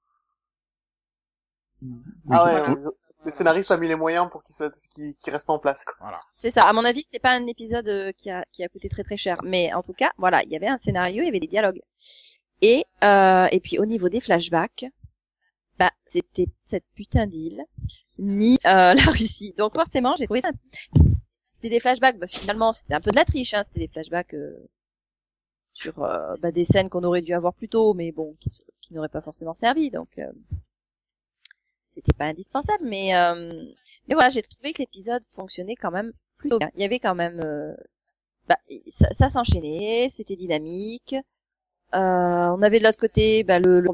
Ah ouais, le scénariste a mis les moyens pour qu'ils restent en place, quoi. Voilà. C'est ça. À mon avis, c'était pas un épisode qui a coûté très très cher, mais en tout cas, voilà, il y avait un scénario, il y avait des dialogues. Et puis au niveau des flashbacks, bah c'était cette putain d'île ni la Russie. Donc forcément, j'ai trouvé ça. C'était des flashbacks. Bah, finalement, c'était un peu de la triche. Hein. C'était des flashbacks sur des scènes qu'on aurait dû avoir plus tôt, mais bon, qui n'auraient pas forcément servi. Donc c'était pas indispensable, mais voilà, j'ai trouvé que l'épisode fonctionnait quand même plutôt bien. Il y avait quand même ça s'enchaînait, c'était dynamique. On avait de l'autre côté le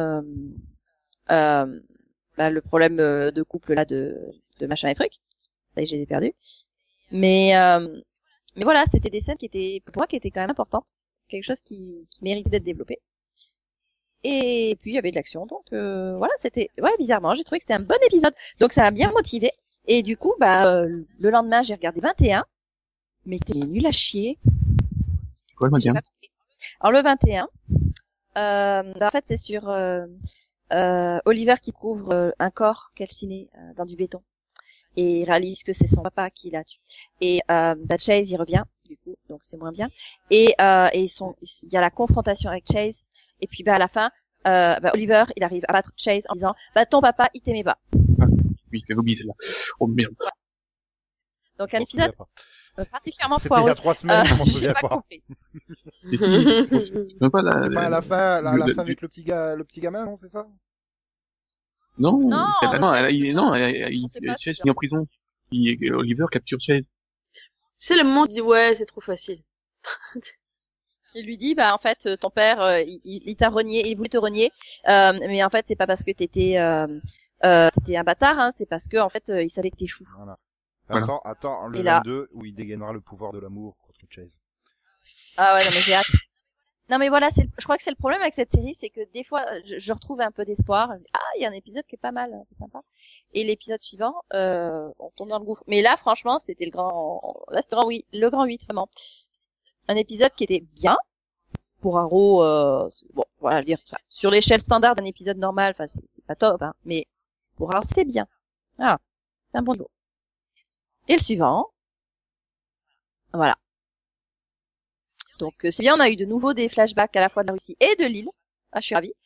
problème de couple là de machin et truc. Ça y est, je les ai perdus. Mais voilà, c'était des scènes qui étaient pour moi qui étaient quand même importantes, quelque chose qui méritait d'être développé. Et puis il y avait de l'action, donc voilà, bizarrement, j'ai trouvé que c'était un bon épisode. Donc ça m'a bien motivé. Et du coup, le lendemain, j'ai regardé 21, mais c'était nul à chier. C'est quoi le 21? Alors le 21, en fait, c'est sur Oliver qui couvre un corps calciné dans du béton et il réalise que c'est son papa qui l'a tué. Et Chase y revient, du coup, donc c'est moins bien. Et il y a la confrontation avec Chase. Et puis à la fin, Oliver, il arrive à battre Chase en disant ton papa, il t'aimait pas. Ah, oui, j'avais oublié celle-là. Oh merde. Donc un épisode particulièrement foireux. C'était il y a 3 semaines, je m'en souviens pas. Et si, pas à la fin avec le petit gamin, non, c'est ça? Non, Non, sait pas, Chase c'est est en prison. Oliver capture Chase. C'est le moment où il dit ouais, c'est trop facile. Il lui dit, bah en fait, ton père, il t'a renié, il voulait te renier, mais en fait, c'est pas parce que t'étais un bâtard, hein, c'est parce que en fait, il savait que t'es fou. Voilà. Voilà. Attends, le Et là- 22 où il dégainera le pouvoir de l'amour contre Chase. Ah ouais, non mais j'ai hâte. Non mais voilà, je crois que c'est le problème avec cette série, c'est que des fois, je retrouve un peu d'espoir. Ah, il y a un épisode qui est pas mal, c'est sympa. Et l'épisode suivant, on tombe dans le gouffre. Mais là, franchement, c'était le grand 8, vraiment. Un épisode qui était bien. Pour Arrow, bon, voilà, je veux dire, sur l'échelle standard d'un épisode normal, enfin, c'est pas top, hein, mais pour Arrow, c'était bien. Ah, c'est un bon niveau. Et le suivant, voilà. Donc, c'est bien, on a eu de nouveau des flashbacks à la fois de la Russie et de l'île. Ah, je suis ravie.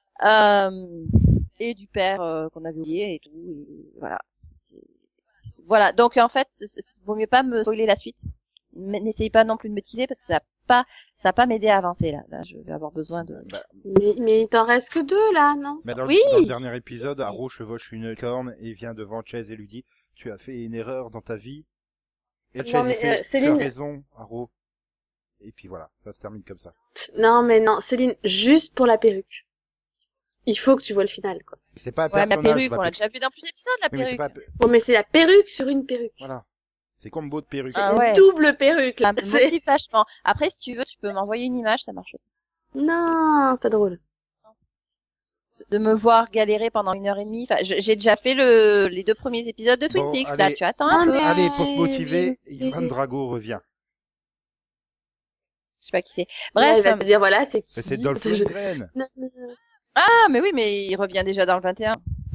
Et du père qu'on avait oublié et tout, et voilà. Voilà, donc en fait, vaut mieux pas me spoiler la suite. N'essayez pas non plus de me teaser parce que ça va pas m'aider à avancer là. Là, je vais avoir besoin de. Mais il t'en reste que 2 là, non? Mais dans, Oui. dans le dernier épisode, Arrow chevauche une licorne et vient devant Chase et lui dit « Tu as fait une erreur dans ta vie ?» Et Non, Chase mais, il fait « Tu as Céline- raison, Arrow. » Et puis voilà, ça se termine comme ça. Non, mais non, Céline, juste pour la perruque. Il faut que tu vois le final, quoi. C'est pas un Ouais, ma personnage. perruque, on l'a déjà vu dans plusieurs épisodes, la Oui, mais c'est perruque. pas... Bon, mais c'est la perruque sur une perruque. Voilà. C'est combo de perruque. Ah Une ouais. double perruque, Ça là. me C'est- motive vachement. Après, si tu veux, tu peux m'envoyer une image, ça marche aussi. Non, c'est pas drôle. De me voir galérer pendant 1h30. Enfin, j'ai déjà fait les 2 premiers épisodes de Twin Bon, Peaks, allez. là. Tu attends un Non, peu. mais- Allez, pour te motiver, mais- Ivan Drago revient. Je sais pas qui c'est. Bref, Bref. il va te dire, voilà, c'est qui? Mais c'est Dolph Je- Lundgren. Non, non, non. Ah, mais oui, mais il revient déjà dans le 21.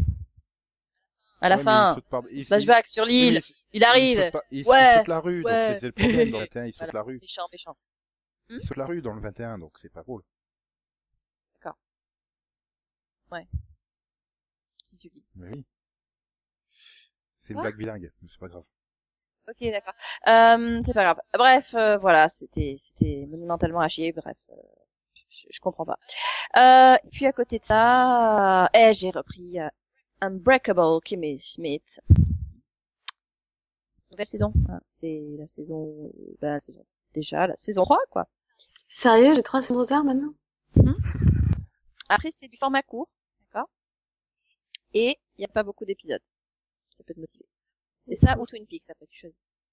À la Ouais, mais fin. il saute par- il- Flashback sur oui, l'île. mais Il arrive. Il saute, pas- il Ouais, saute la rue, ouais. donc c'est le problème dans le 21, il saute Voilà. la rue. Méchant. Il saute la rue dans le 21, donc c'est pas drôle. Si tu dis. Mais oui. C'est une Quoi blague bilingue, mais c'est pas grave. Ok, d'accord. C'est pas grave. Bref, voilà, c'était monumentalement à chier. Bref, je comprends pas. Puis à côté de ça, j'ai repris Unbreakable Kimmy Schmidt. Nouvelle saison. Hein, c'est la saison, déjà la saison 3, quoi. Sérieux, j'ai 3 saisons de retard maintenant? Après, c'est du format court, d'accord. Et il y a pas beaucoup d'épisodes. Ça peut te motiver. C'est ça ou Twin Peaks, après tu choisis.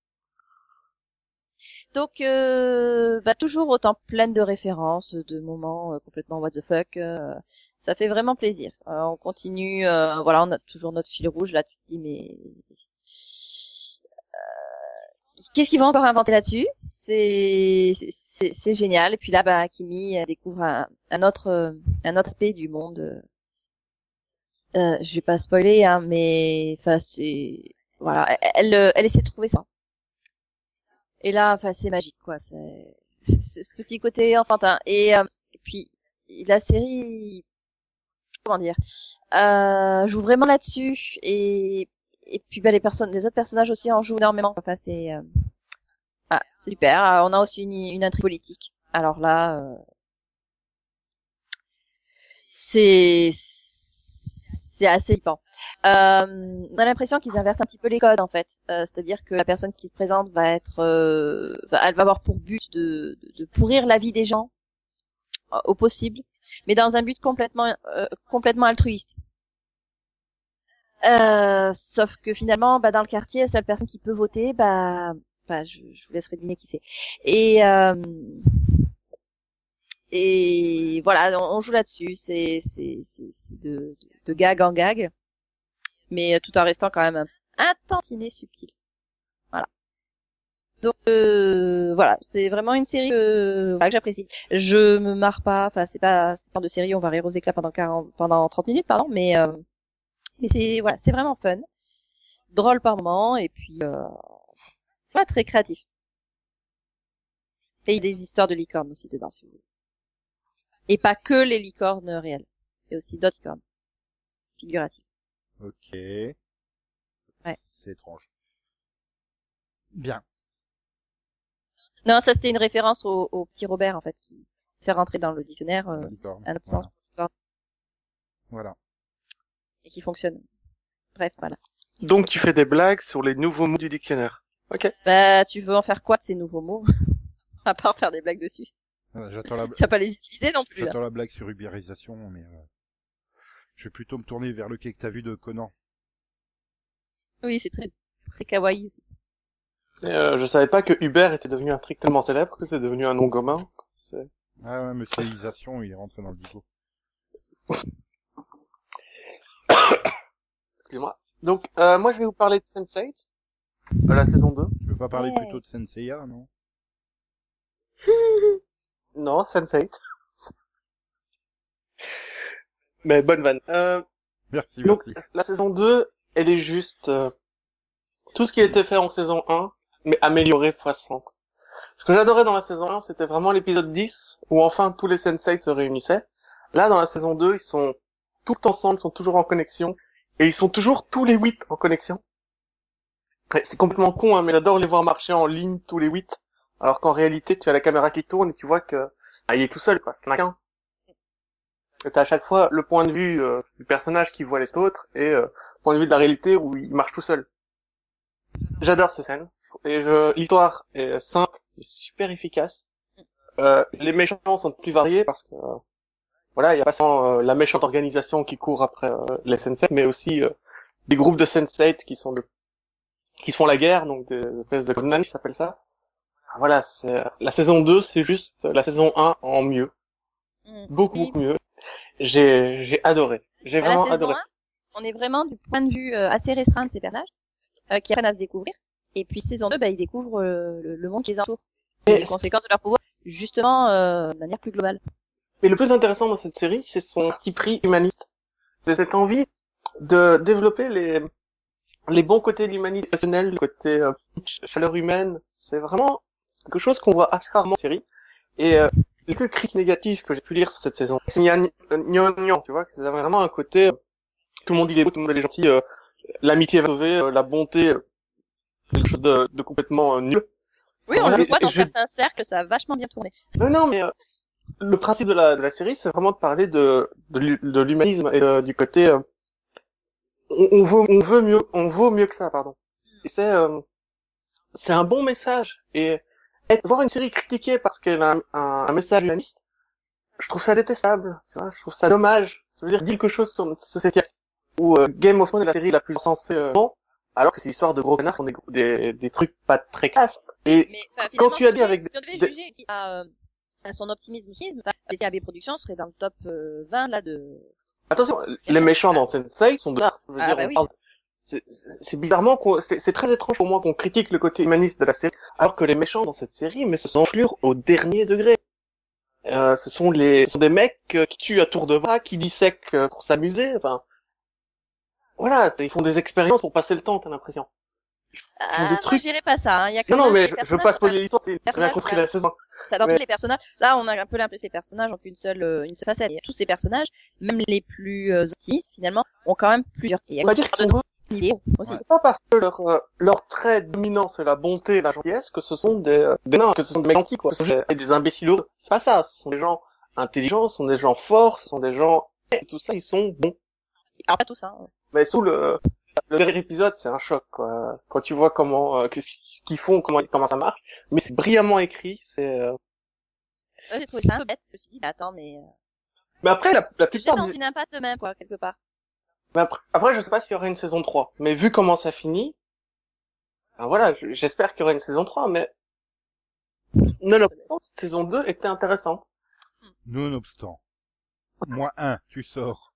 Donc, toujours autant pleine de références, de moments complètement what the fuck. Ça fait vraiment plaisir. On continue, voilà, on a toujours notre fil rouge. Là, tu te dis, mais qu'est-ce qu'ils vont encore inventer là-dessus? C'est génial. Et puis là, Kimi découvre un autre aspect du monde. Je vais pas spoiler, hein, mais enfin c'est voilà, elle essaie de trouver ça. Et là, enfin c'est magique, quoi. C'est ce petit côté enfantin. Et puis la série, comment dire, joue vraiment là-dessus. Et puis les autres personnages aussi en jouent énormément. Enfin c'est super. On a aussi une intrigue politique. Alors là, c'est assez flippant. On a l'impression qu'ils inversent un petit peu les codes en fait. C'est-à-dire que la personne qui se présente va être, elle va avoir pour but de pourrir la vie des gens au possible, mais dans un but complètement altruiste. Sauf que finalement, dans le quartier, la seule personne qui peut voter, je vous laisserai deviner qui c'est. Et voilà, on joue là-dessus. C'est de gag en gag, mais tout en restant quand même un tantinet subtil. Voilà. Donc voilà, c'est vraiment une série que j'apprécie. Je me marre pas. Enfin, c'est pas de série. On va rire aux éclats pendant 30 minutes, pardon. Mais c'est vraiment fun, drôle par moment, et puis très créatif. Et il y a des histoires de licornes aussi dedans, si vous voulez. Et pas que les licornes réelles. Il y a aussi d'autres licornes figuratives. Ok. Ouais. C'est étrange. Bien. Non, ça c'était une référence au petit Robert en fait qui fait rentrer dans le dictionnaire Licorne. un autre Voilà. sens. Voilà. et qui fonctionne. Bref, voilà. Donc tu fais des blagues sur les nouveaux mots du dictionnaire. Ok. Bah, tu veux en faire quoi de ces nouveaux mots? À part faire des blagues dessus. J'attends la, Tu vas pas les utiliser non plus, là. j'attends la blague sur ubérisation, mais je vais plutôt me tourner vers le quai que t'as vu de Conan. Oui, c'est très, très kawaii. Je savais pas que Uber était devenu un truc tellement célèbre que c'est devenu un nom commun. Ah ouais, monsieur Isation, il est rentré dans le bigot. Excusez-moi. Donc, moi je vais vous parler de Sense8, la saison 2. Tu veux pas parler Ouais. plutôt de Senseiya, non? Non, Sense8. Mais bonne vanne. Merci, Donc, merci. la saison 2, elle est juste tout ce qui a été fait en saison 1, mais amélioré x 100. Ce que j'adorais dans la saison 1, c'était vraiment l'épisode 10, où enfin tous les Sense8 se réunissaient. Là, dans la saison 2, ils sont tous ensemble, ils sont toujours en connexion, et ils sont toujours tous les 8 en connexion. Ouais, c'est complètement con, hein, mais j'adore les voir marcher en ligne tous les 8, alors qu'en réalité, tu as la caméra qui tourne et tu vois que il est tout seul, parce qu'il n'y en a qu'un. Et t'as à chaque fois le point de vue du personnage qui voit les autres et le point de vue de la réalité où il marche tout seul. J'adore ces scènes. Et l'histoire est simple, et super efficace. Les méchants sont plus variés parce que voilà, il y a pas seulement la méchante organisation qui court après les Sense8, mais aussi des groupes de Sense8 qui se font la guerre, donc des espèces de covenants, ça s'appelle ça. Voilà, la saison 2, c'est juste la saison 1 en mieux. Beaucoup, Oui. beaucoup mieux. J'ai adoré. J'ai Bah, vraiment la saison adoré. 1, on est vraiment du point de vue assez restreint de ces personnages, qui apprennent à se découvrir. Et puis saison 2, bah, ils découvrent le monde qui les entoure. Et Et les conséquences de leur pouvoir, justement, de manière plus globale. Mais le plus intéressant dans cette série, c'est son parti pris humaniste. C'est cette envie de développer les bons côtés de l'humanité personnelle, le côté chaleur humaine. C'est vraiment quelque chose qu'on voit assez rarement en série. Et les quelques critiques négatives que j'ai pu lire sur cette saison, c'est gnangnan, tu vois, que ça avait vraiment un côté tout le monde il est beau, tout le monde il est gentil, l'amitié va sauver, la bonté, quelque chose de complètement nul. Oui, on Voilà, le voit dans je- certains cercles, ça a vachement bien tourné. Non, mais le principe de la série, c'est vraiment de parler de l'humanisme et du côté on vaut mieux que ça, pardon. Et c'est un bon message. Et voir une série critiquée parce qu'elle a un message humaniste, je trouve ça détestable. Tu vois, je trouve ça dommage. Ça veut dire quelque chose sur notre société où Game of Thrones est la série la plus censée alors que c'est l'histoire de gros connards qui ont des trucs pas très classe. Et Mais enfin, quand finalement, tu as dit avec si on devait des- juger aussi à son optimisme, les CAB Productions serait dans le top 20 là de. attention, les méchants dans Sense8 sont de l'art. Je veux Ah, dire, bah on oui. parle- c'est bizarrement c'est très étrange pour moi qu'on critique le côté humaniste de la série, alors que les méchants dans cette série, mais se s'enflurent au dernier degré. Ce sont des mecs qui tuent à tour de bras, qui dissèquent pour s'amuser, enfin. Voilà, ils font des expériences pour passer le temps, t'as l'impression. Ah, des moi, trucs- je dirais pas ça. Hein. Il y a quand Non, même mais des je veux pas personnages, spoiler l'histoire, c'est très bien personnages, compris la saison. ça dans mais- tous les personnages. Là, on a un peu l'impression que les personnages ont qu'une seule facette. Et tous ces personnages, même les plus optimistes, finalement, ont quand même plusieurs. Et il y a On va dire qu'ils sont idées aussi. Ouais. C'est pas parce que leur trait dominant c'est la bonté et la gentillesse que ce sont des nains, que ce sont des mecs gentils, quoi. Ce sont des imbéciles. C'est pas ça. Ce sont des gens intelligents, ce sont des gens forts, ce sont des gens, et tout ça, ils sont bons. Alors pas tous, hein. Mais sous le dernier épisode, c'est un choc, quoi. Quand tu vois comment, ce qu'ils font, comment ça marche. Mais c'est brillamment écrit, c'est, Là, j'ai trouvé ça un peu bête. Je me suis dit, bah, attends, mais mais après, la c'est plupart dans des... une impasse de même, quoi, quelque part. Mais après, je sais pas s'il y aura une saison 3. Mais vu comment ça finit, ben voilà, j'espère qu'il y aura une saison 3, mais nonobstant, cette saison 2 était intéressante. Nonobstant. -1, tu sors.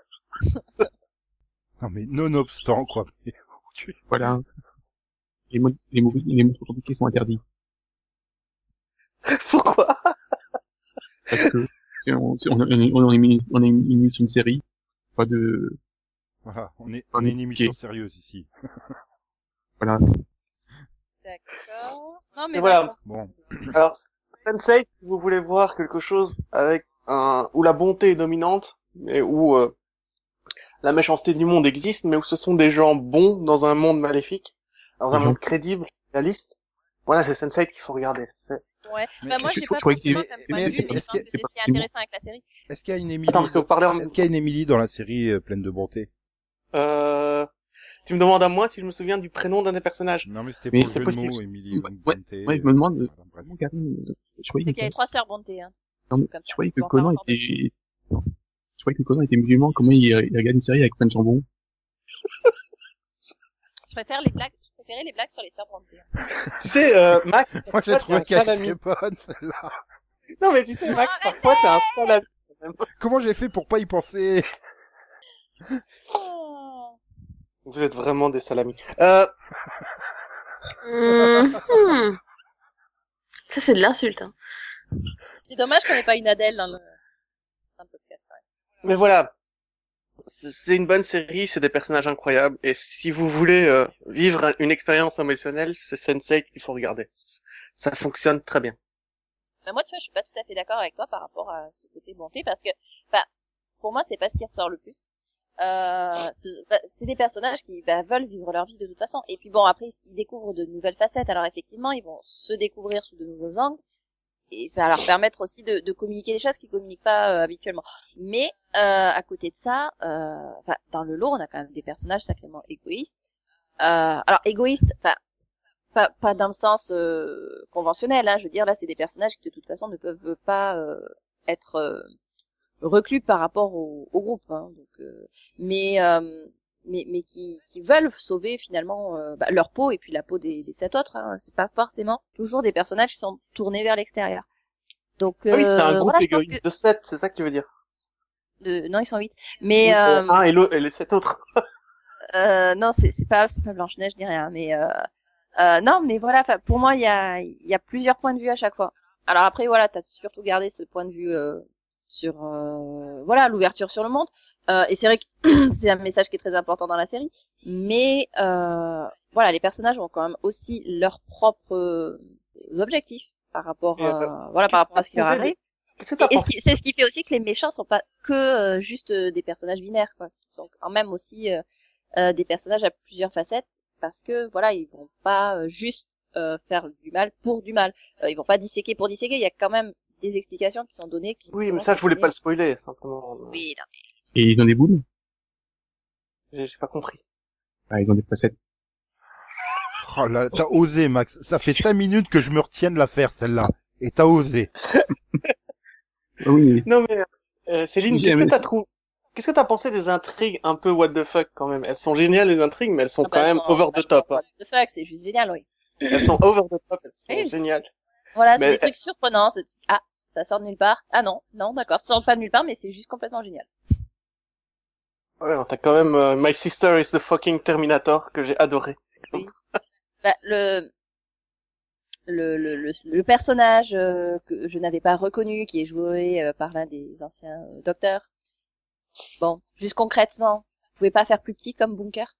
Non mais nonobstant, quoi. Voilà. Les mots aujourd'hui sont interdits. Pourquoi? Parce que on est une émission de série, pas de, Voilà, on est On est une émission piqué. sérieuse ici. voilà. D'accord. Non, mais Et voilà. Bon, Alors, Sensei, si vous voulez voir quelque chose avec où la bonté est dominante, mais où la méchanceté du monde existe, mais où ce sont des gens bons dans un monde maléfique, dans un Mhm. monde crédible, réaliste. Voilà, c'est Sensei qu'il faut regarder. ouais. Mais Bah, moi, je j'ai crois pas que forcément mais- comme mais point de est-ce vue, que- mais je est-ce pense que que- c'est ce qui est intéressant avec la série. est-ce qu'il y a une Émilie Attends, parce que vous parlez en... Est-ce qu'il y a une Émilie dans la série Pleine de bonté? Tu me demandes à moi si je me souviens du prénom d'un des personnages. Non, mais c'était Mais pour le c'est jeu de possible. mots, Emily Ouais, Bonté. Ouais, je me demande, Bref. vraiment, Karine, je croyais C'est qu'il y avait que, 3 sœurs Bonté, hein. non, mais Comme je ça. croyais On que va en parler Conan encore était, non. Je croyais que Conan était musulman, comment il regarde une série avec plein de jambon? Je préférais les blagues sur les sœurs Bonté. Tu sais, Max, Moi, j'ai parfois, trouvé t'es qu'elle un était salami. bonne, celle-là. Non, mais tu sais, Max, parfois, t'es un salami. Comment j'ai fait pour pas y penser? Oh. Vous êtes vraiment des salamis. Mhm. Ça, c'est de l'insulte. Hein. C'est dommage qu'on n'ait pas une Adèle dans le podcast. Ouais. Mais voilà. C'est une bonne série, c'est des personnages incroyables, et si vous voulez vivre une expérience émotionnelle, c'est Sense8 qu'il faut regarder. Ça fonctionne très bien. Mais moi, tu vois, je suis pas tout à fait d'accord avec toi par rapport à ce côté bonté, parce que, bah, pour moi, c'est pas ce qui ressort le plus. C'est des personnages qui veulent vivre leur vie de toute façon. Et puis bon, après, ils découvrent de nouvelles facettes. Alors effectivement, ils vont se découvrir sous de nouveaux angles. Et ça va leur permettre aussi de communiquer des choses qu'ils communiquent pas habituellement. Mais à côté de ça, dans le lot, on a quand même des personnages sacrément égoïstes. Alors égoïstes, pas dans le sens conventionnel. Hein, je veux dire, là, c'est des personnages qui de toute façon ne peuvent pas être reclus par rapport au groupe. Hein, donc, mais qui veulent sauver finalement leur peau et puis la peau des 7 autres. Hein. C'est pas forcément toujours des personnages qui sont tournés vers l'extérieur. Donc Ah oui, c'est un groupe voilà, égoïste de 7, c'est ça que tu veux dire. Non, ils sont 8. Mais Un et les 7 autres. non, c'est pas Blanche-Neige ni rien, mais non, mais voilà, pour moi il y a plusieurs points de vue à chaque fois. Alors après voilà, t'as surtout gardé ce point de vue sur voilà, l'ouverture sur le monde. Et c'est vrai que c'est un message qui est très important dans la série, mais voilà, les personnages ont quand même aussi leurs propres objectifs par rapport par rapport à ce qui leur arrive. Qu'est-ce que t'as Et pensé c'est ce qui fait aussi que les méchants sont pas que juste des personnages binaires, quoi. Ils sont quand même aussi des personnages à plusieurs facettes, parce que voilà, ils vont pas juste faire du mal pour du mal. Ils vont pas disséquer pour disséquer. Il y a quand même des explications qui sont données. Oui, mais ça, je voulais pas le spoiler, simplement. Oui, non. Et ils ont des boules? J'ai pas compris. Ah, ils ont des facettes. Oh là, t'as osé, Max. Ça fait 5 minutes que je me retiens de la faire, celle-là. Et t'as osé. Ah oui. Non, mais, Céline, J'ai aimé ça. Qu'est-ce que t'as pensé des intrigues un peu what the fuck, quand même? Elles sont géniales, les intrigues, mais elles sont Ah bah, quand même non, over the top, hein. What the fuck, c'est juste génial, oui. Elles sont over the top, elles sont Oui. géniales. Voilà, c'est Mais- des trucs surprenants. Ah, ça sort de nulle part. Ah non, d'accord, ça sort pas de nulle part, mais c'est juste complètement génial. Ouais, t'as quand même My Sister is the fucking Terminator, que j'ai adoré. Oui. Bah, le personnage que je n'avais pas reconnu, qui est joué par l'un des anciens docteurs. Bon, juste concrètement, vous pouvez pas faire plus petit comme Bunker?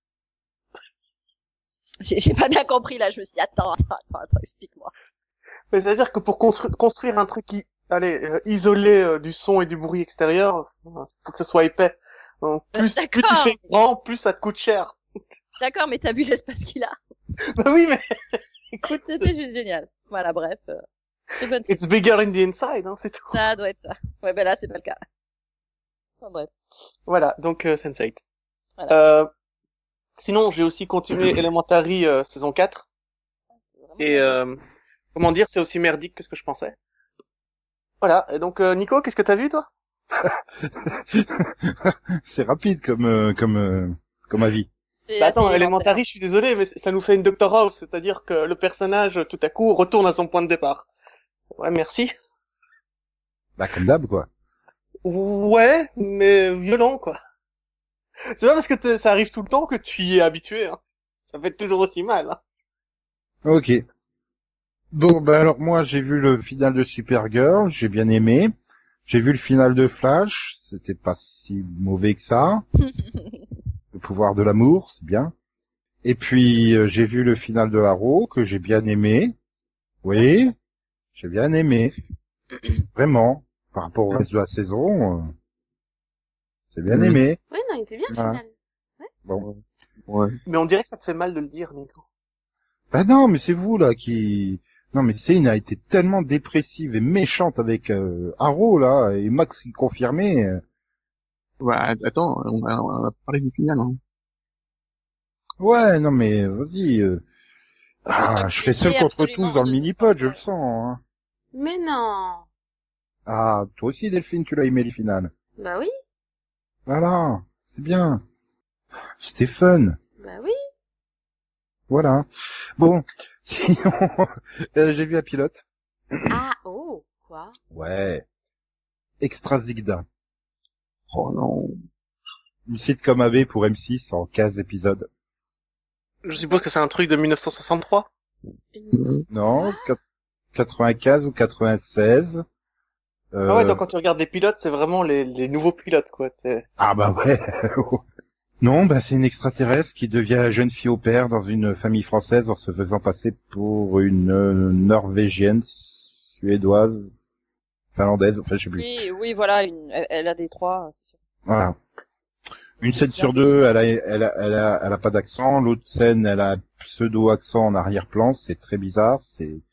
J'ai pas bien compris là, je me suis dit attends, explique-moi. Mais c'est-à-dire que pour construire un truc isolé du son et du bruit extérieur, faut que ce soit épais. Donc, plus tu D'accord. fais grand, plus ça te coûte cher. D'accord, mais t'as vu l'espace qu'il a. Bah oui, mais écoute, C'était juste génial. Voilà, bref. C'est bonne. it's bigger in the inside, hein, c'est tout. Ça doit être ça. Ouais, ben là, c'est pas le cas. Enfin, bref. Voilà, donc Sense8. Voilà. Sinon, j'ai aussi continué Elementary saison 4. Et comment dire, c'est aussi merdique que ce que je pensais. Voilà, et donc Nico, qu'est-ce que t'as vu toi? C'est rapide comme avis. C'est Bah attends, assez Elementary, je suis désolé, mais ça nous fait une Dr House, c'est-à-dire que le personnage, tout à coup, retourne à son point de départ. Ouais, merci. Bah, comme d'hab, quoi. Ouais, mais violent, quoi. C'est pas parce que ça arrive tout le temps que tu y es habitué, hein. Ça fait toujours aussi mal, hein. Ok. Bon, bah alors moi, j'ai vu le final de Supergirl, j'ai bien aimé. J'ai vu le final de Flash, c'était pas si mauvais que ça. Le pouvoir de l'amour, c'est bien. Et puis, j'ai vu le final de Arrow, que j'ai bien aimé. Oui, j'ai bien aimé. Vraiment. Par rapport au reste de la saison, j'ai bien aimé. Ouais, non, il était bien, le Voilà. final. Bon. Ouais. Mais on dirait que ça te fait mal de le dire, Nico. Bah non, mais c'est vous, là, qui... Non, mais Céline a été tellement dépressive et méchante avec Arrow, là, et Max qui confirmait. Ouais, attends, on va parler du final, hein. Ouais, non mais vas-y. Je fais seul contre absolument tous dans le de mini-pod, je le français. sens. Hein. Mais non. Ah, toi aussi Delphine, tu l'as aimé les finales. Bah oui. Voilà, c'est bien. C'était fun. Bah oui. Voilà. Bon, sinon, j'ai vu un pilote. Ah, oh, quoi? Ouais. Extra Zigda. Oh non. Une sitcom AB pour M6 en 15 épisodes. Je suppose que c'est un truc de 1963. Non, 95 ou 96. Ah ouais, donc quand tu regardes des pilotes, c'est vraiment les nouveaux pilotes, quoi. Ah bah ouais. Non, bah c'est une extraterrestre qui devient la jeune fille au père dans une famille française en se faisant passer pour une norvégienne, suédoise, finlandaise, enfin je sais plus. Oui, voilà, elle a des trois, c'est sûr. Voilà. Une scène sur deux, elle a pas d'accent. L'autre scène, elle a un pseudo-accent en arrière-plan. C'est très bizarre.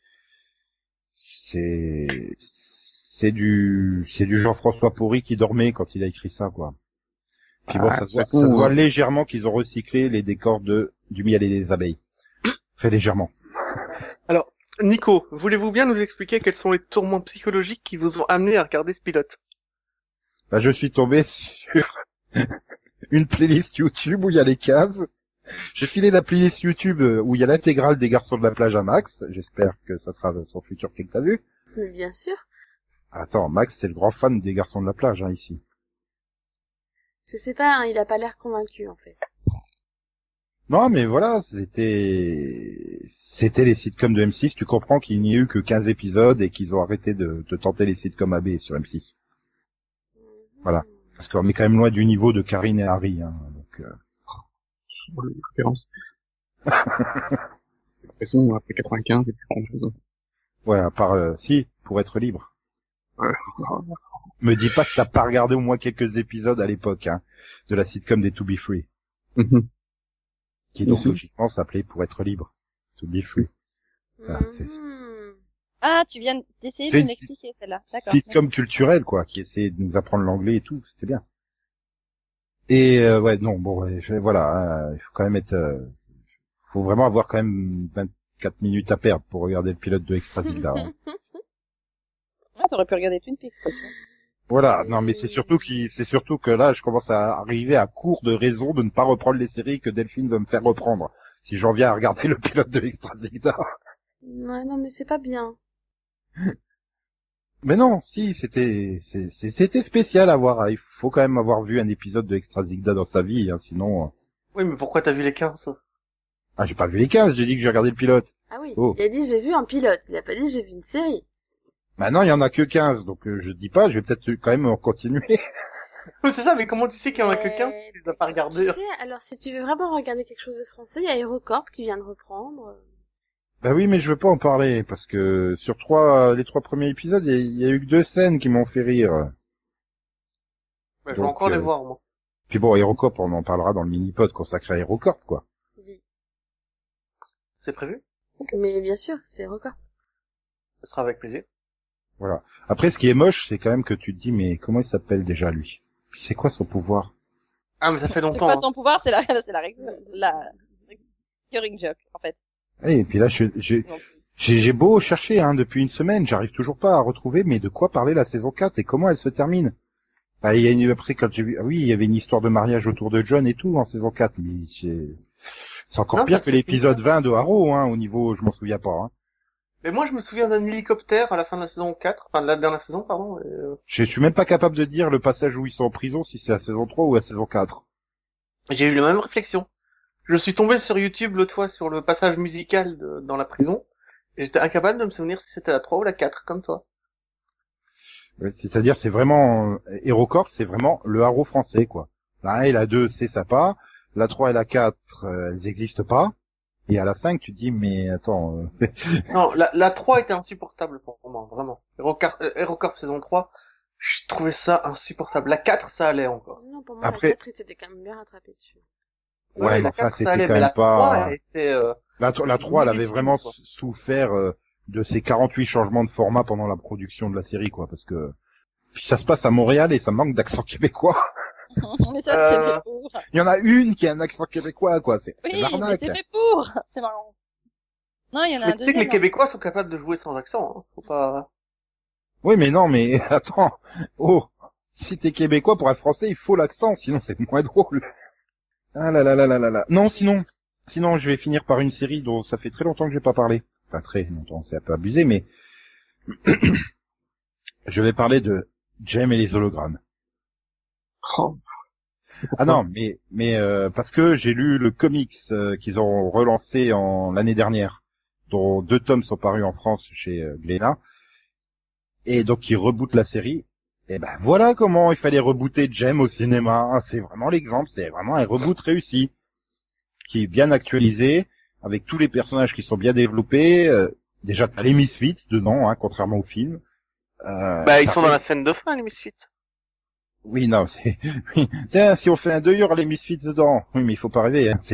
C'est du Jean-François Porry qui dormait quand il a écrit ça, quoi. Puis bon, Ah, ça de se toute voit, façon, ça se voit légèrement qu'ils ont recyclé les décors du miel et des abeilles. Très légèrement. Alors, Nico, voulez-vous bien nous expliquer quels sont les tourments psychologiques qui vous ont amené à regarder ce pilote? Bah, je suis tombé sur une playlist YouTube où il y a les cases. J'ai filé la playlist YouTube où il y a l'intégrale des Garçons de la plage à Max. J'espère que ça sera son futur que t'as vu. Mais bien sûr. Attends, Max, c'est le grand fan des Garçons de la plage, hein, ici. Je sais pas, hein, il a pas l'air convaincu, en fait. Non, mais voilà, c'était les sitcoms de M6. Tu comprends qu'il n'y a eu que 15 épisodes et qu'ils ont arrêté de tenter les sitcoms AB sur M6. Voilà. Parce qu'on est quand même loin du niveau de Karine et Harry, hein, donc, Les références. De toute façon, après 95, c'est plus grand chose. ouais, à part, si, pour être libre. Ouais. Me dis pas que t'as pas regardé au moins quelques épisodes à l'époque, hein, de la sitcom des To Be Free. Qui donc, logiquement, s'appelait Pour être libre. To Be Free. Voilà, c'est Ah, tu viens d'essayer C'est de une m'expliquer celle-là. D'accord. sitcom culturelle, quoi, qui essayait de nous apprendre l'anglais et tout, c'était bien. Et, ouais, non, bon, ouais, voilà, il faut quand même faut vraiment avoir quand même 24 minutes à perdre pour regarder le pilote de Extra Zigda. Hein. Ah, t'aurais pu regarder Twin Peaks, quoi. Voilà, non, mais c'est surtout que là, je commence à arriver à court de raison de ne pas reprendre les séries que Delphine veut me faire reprendre. Si j'en viens à regarder le pilote de Extra Zigda. Ouais, non, mais c'est pas bien. Mais non, si, c'était spécial à voir. Il faut quand même avoir vu un épisode de Extra Zigda dans sa vie, hein, sinon. Oui, mais pourquoi t'as vu les 15? Ah, j'ai pas vu les 15, j'ai dit que j'ai regardé le pilote. Ah oui, Oh. il a dit j'ai vu un pilote, il a pas dit j'ai vu une série. Maintenant, il y en a que 15, donc je dis pas, je vais peut-être quand même en continuer. Oui, c'est ça, mais comment tu sais qu'il y en a que 15 si tu les as pas regardés? Tu sais, alors si tu veux vraiment regarder quelque chose de français, il y a HeroCorp qui vient de reprendre. Bah oui, mais je veux pas en parler, parce que sur les 3 premiers épisodes, il y a eu que 2 scènes qui m'ont fait rire. Ouais, je vais Donc, encore les voir, moi. Puis bon, HeroCorp, on en parlera dans le mini-pod consacré à HeroCorp, quoi. Oui. C'est prévu? Mais bien sûr, c'est HeroCorp. Ce sera avec plaisir. Voilà. Après, ce qui est moche, c'est quand même que tu te dis, mais comment il s'appelle déjà, lui? Puis c'est quoi son pouvoir? Ah, mais ça fait C'est longtemps. pas Hein. son pouvoir, c'est la recurring joke, en fait. Et puis là, j'ai beau chercher, hein, depuis une semaine, j'arrive toujours pas à retrouver, mais de quoi parler la saison 4 et comment elle se termine? Bah, après, quand j'ai vu, ah oui, il y avait une histoire de mariage autour de John et tout en saison 4, mais c'est encore Non, pire ça, que c'est l'épisode fini. 20 de Arrow, hein, au niveau, je m'en souviens pas, hein. Mais moi, je me souviens d'un hélicoptère à la fin de la saison 4, enfin de la dernière saison, pardon. Je suis même pas capable de dire le passage où ils sont en prison, si c'est la saison 3 ou la saison 4. J'ai eu la même réflexion. Je suis tombé sur YouTube l'autre fois sur le passage musical dans la prison, et j'étais incapable de me souvenir si c'était la 3 ou la 4, comme toi. Ouais, c'est-à-dire, c'est vraiment, HeroCorp, c'est vraiment le Arrow français, quoi. La 1 et la 2, c'est sympa. La 3 et la 4, elles existent pas. Et à la 5, tu te dis, mais attends, Non, la 3 était insupportable pour moi, vraiment. HeroCorp saison 3, je trouvais ça insupportable. La 4, ça allait encore. Non, pour moi, Après- la 4, il s'était quand même bien rattrapé dessus. ouais, mais la enfin, 4, ça c'était allait, quand mais même la 3, pas, elle était, la 3, elle avait minuscule, vraiment quoi. souffert, de ces 48 changements de format pendant la production de la série, quoi, parce que Puis ça se passe à Montréal et ça manque d'accent québécois. Mais ça, c'est fait pour. Il y en a une qui a un accent québécois, quoi. C'est Oui, mais l'arnaque. c'est fait pour. C'est marrant. Non, il y en a Mais un tu sais que les deuxième. Québécois sont capables de jouer sans accent, hein. Faut pas... Oui, mais non, mais attends. Oh, si t'es québécois pour être français, il faut l'accent, sinon c'est moins drôle. Ah là là là là là là. Non, sinon, je vais finir par une série dont ça fait très longtemps que j'ai pas parlé. Enfin, très longtemps, c'est un peu abusé, mais je vais parler de Jem et les hologrammes. Oh. Ah non, mais parce que j'ai lu le comics qu'ils ont relancé l'année dernière, dont 2 tomes sont parus en France chez Glénat, et donc ils rebootent la série. Et ben voilà comment il fallait rebooter Jem au cinéma. C'est vraiment l'exemple, c'est vraiment un reboot réussi, qui est bien actualisé, avec tous les personnages qui sont bien développés. Déjà t'as les Misfits dedans, hein, contrairement au film. Bah, ils sont dans la scène de fin, les Misfits. Oui, non, c'est, oui. Tiens, si on fait un 2 heures, les Misfits dedans. Oui, mais il faut pas rêver, hein.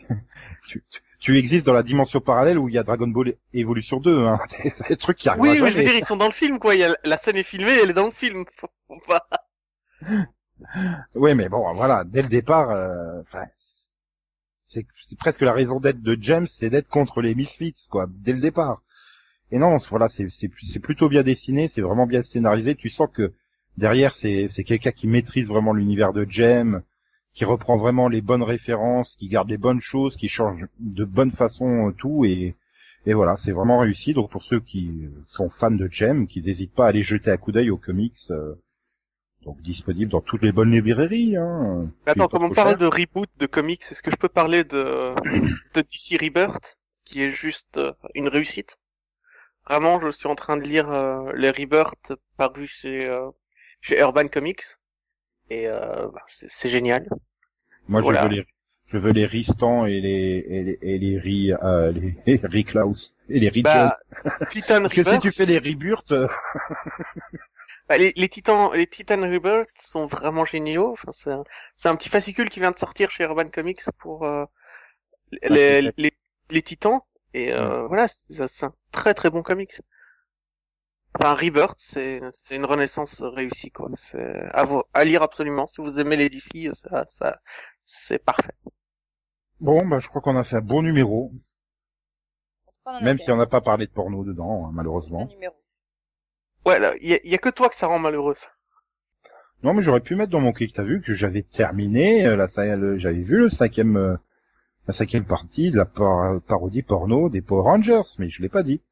Tu existes dans la dimension parallèle où il y a Dragon Ball Evolution 2, hein. C'est le truc qui arrive. Oui, mais je veux dire, ils sont dans le film, quoi. La scène est filmée, elle est dans le film. Faut pas... Oui, mais bon, voilà, dès le départ, enfin, c'est presque la raison d'être de James, c'est d'être contre les Misfits, quoi, dès le départ. Et non, voilà, c'est plutôt bien dessiné, c'est vraiment bien scénarisé. Tu sens que derrière, c'est quelqu'un qui maîtrise vraiment l'univers de Jem, qui reprend vraiment les bonnes références, qui garde les bonnes choses, qui change de bonne façon tout, et voilà, c'est vraiment réussi. Donc pour ceux qui sont fans de Jem, qu'ils n'hésitent pas à aller jeter un coup d'œil aux comics, donc disponibles dans toutes les bonnes librairies. Hein. Attends, comme on parle de reboot de comics, est-ce que je peux parler de DC Rebirth, qui est juste une réussite? Vraiment, je suis en train de lire les Rebirth parus chez Urban Comics, et c'est génial. Moi, voilà. je veux les Ristan et les Riklaus et les Riklaus. Bah, Titan Parce que Rebirth. si tu fais les Rebirth, Bah, les Titan Rebirth sont vraiment géniaux. Enfin, c'est un petit fascicule qui vient de sortir chez Urban Comics pour les Titans. Et voilà, c'est un très très bon comics. Enfin, Rebirth, c'est une renaissance réussie, quoi. C'est à lire absolument. Si vous aimez les DC, ça, c'est parfait. bon, bah, je crois qu'on a fait un bon numéro, On en a même fait si on n'a pas parlé de porno dedans, hein, malheureusement. un numéro. Ouais, là, y a que toi que ça rend malheureuse. Non, mais j'aurais pu mettre dans mon clic. T'as vu que j'avais terminé j'avais vu la cinquième partie de la parodie porno des Power Rangers, mais je l'ai pas dit.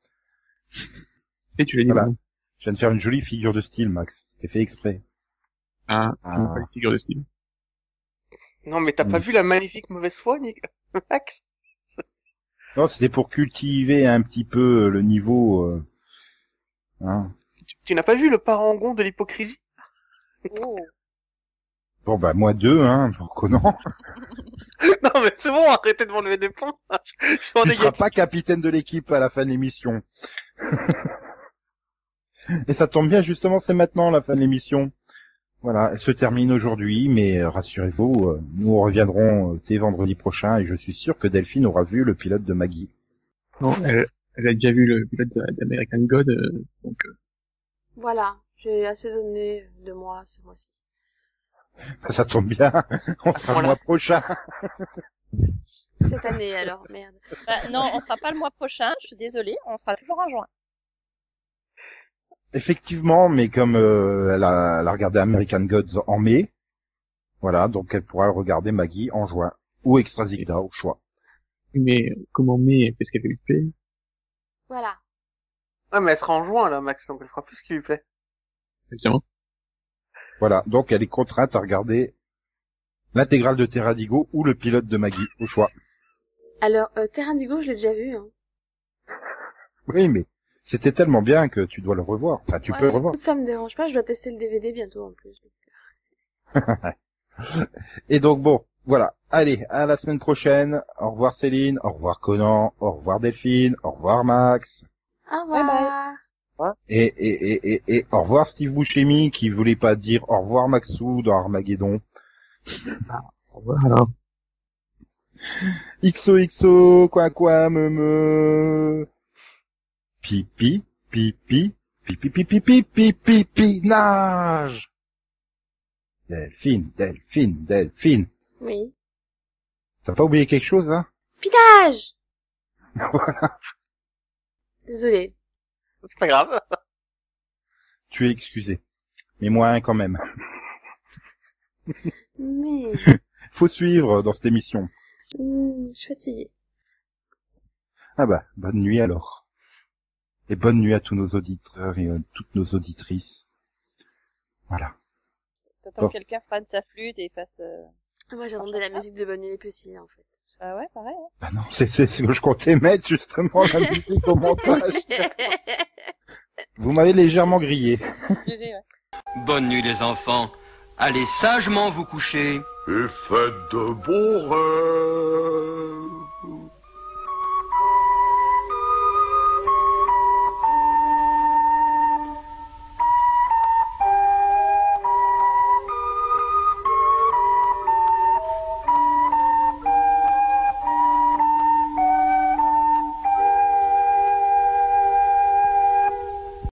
Et tu l'as dit, Voilà. vraiment. Je viens de faire une jolie figure de style, Max. C'était fait exprès. Ah, tu n'as pas les figures de style. Non, mais t'as pas vu la magnifique mauvaise foi, Nick, Max? Non, c'était pour cultiver un petit peu le niveau. Hein. Tu n'as pas vu le parangon de l'hypocrisie? Oh. Bon, bah moi 2, hein, pour Conan. Non, mais c'est bon, arrêtez de m'enlever des points. Je suis en Tu seras négatif. pas capitaine de l'équipe à la fin de l'émission. Et ça tombe bien, justement, c'est maintenant la fin de l'émission. Voilà, elle se termine aujourd'hui, mais rassurez-vous, nous reviendrons dès vendredi prochain, et je suis sûr que Delphine aura vu le pilote de Maggie. Non, elle a déjà vu le pilote d'American God, donc Voilà, j'ai assez donné de moi ce mois-ci. Ça tombe bien, on sera le mois prochain. Cette année alors, merde. Bah, non, on sera pas le mois prochain, je suis désolée, on sera toujours en juin. Effectivement, mais comme elle a regardé American Gods en mai, voilà, donc elle pourra regarder Maggie en juin, ou Extrazilla au choix. mais comment mai elle fait ce qu'elle lui plaît. Voilà. Ouais, mais elle sera en juin, là, Max, donc elle fera plus ce qui lui plaît. Effectivement. Voilà, donc elle est contrainte à regarder l'intégrale de Terra Digo ou le pilote de Maggie, au choix. Alors, Terra Indigo, je l'ai déjà vu. Hein. Oui, mais c'était tellement bien que tu dois le revoir. Enfin, tu peux le revoir. Ça me dérange pas, je dois tester le DVD bientôt en plus. Et donc bon, voilà. Allez, à la semaine prochaine. Au revoir Céline, au revoir Conan, au revoir Delphine, au revoir Max. Au revoir. Et au revoir Steve Buscemi qui voulait pas dire au revoir Maxou dans Armageddon. Au revoir alors. XOXO, quoi, me. Pipi, pipi, Pipi, pipi, pipi, pipi, nage! Delphine, Delphine, Delphine. Oui. T'as pas oublié quelque chose, hein? Pinage! Voilà. Désolée. C'est pas grave. Tu es excusé. Mais moi, quand même. Mais... Faut suivre dans cette émission. je suis fatiguée. Ah bah, bonne nuit alors. Et bonne nuit à tous nos auditeurs et à toutes nos auditrices. Voilà. T'attends Bon. que quelqu'un prenne sa flûte et fasse... Moi, j'attendais la musique de Bonne Nuit les Petits, en fait. Ah ouais, pareil. Hein. Bah non, c'est ce que je comptais mettre justement la musique au montage. Vous m'avez légèrement grillé. GG, ouais. Bonne nuit les enfants. Allez sagement vous coucher. Et faites de beaux rêves.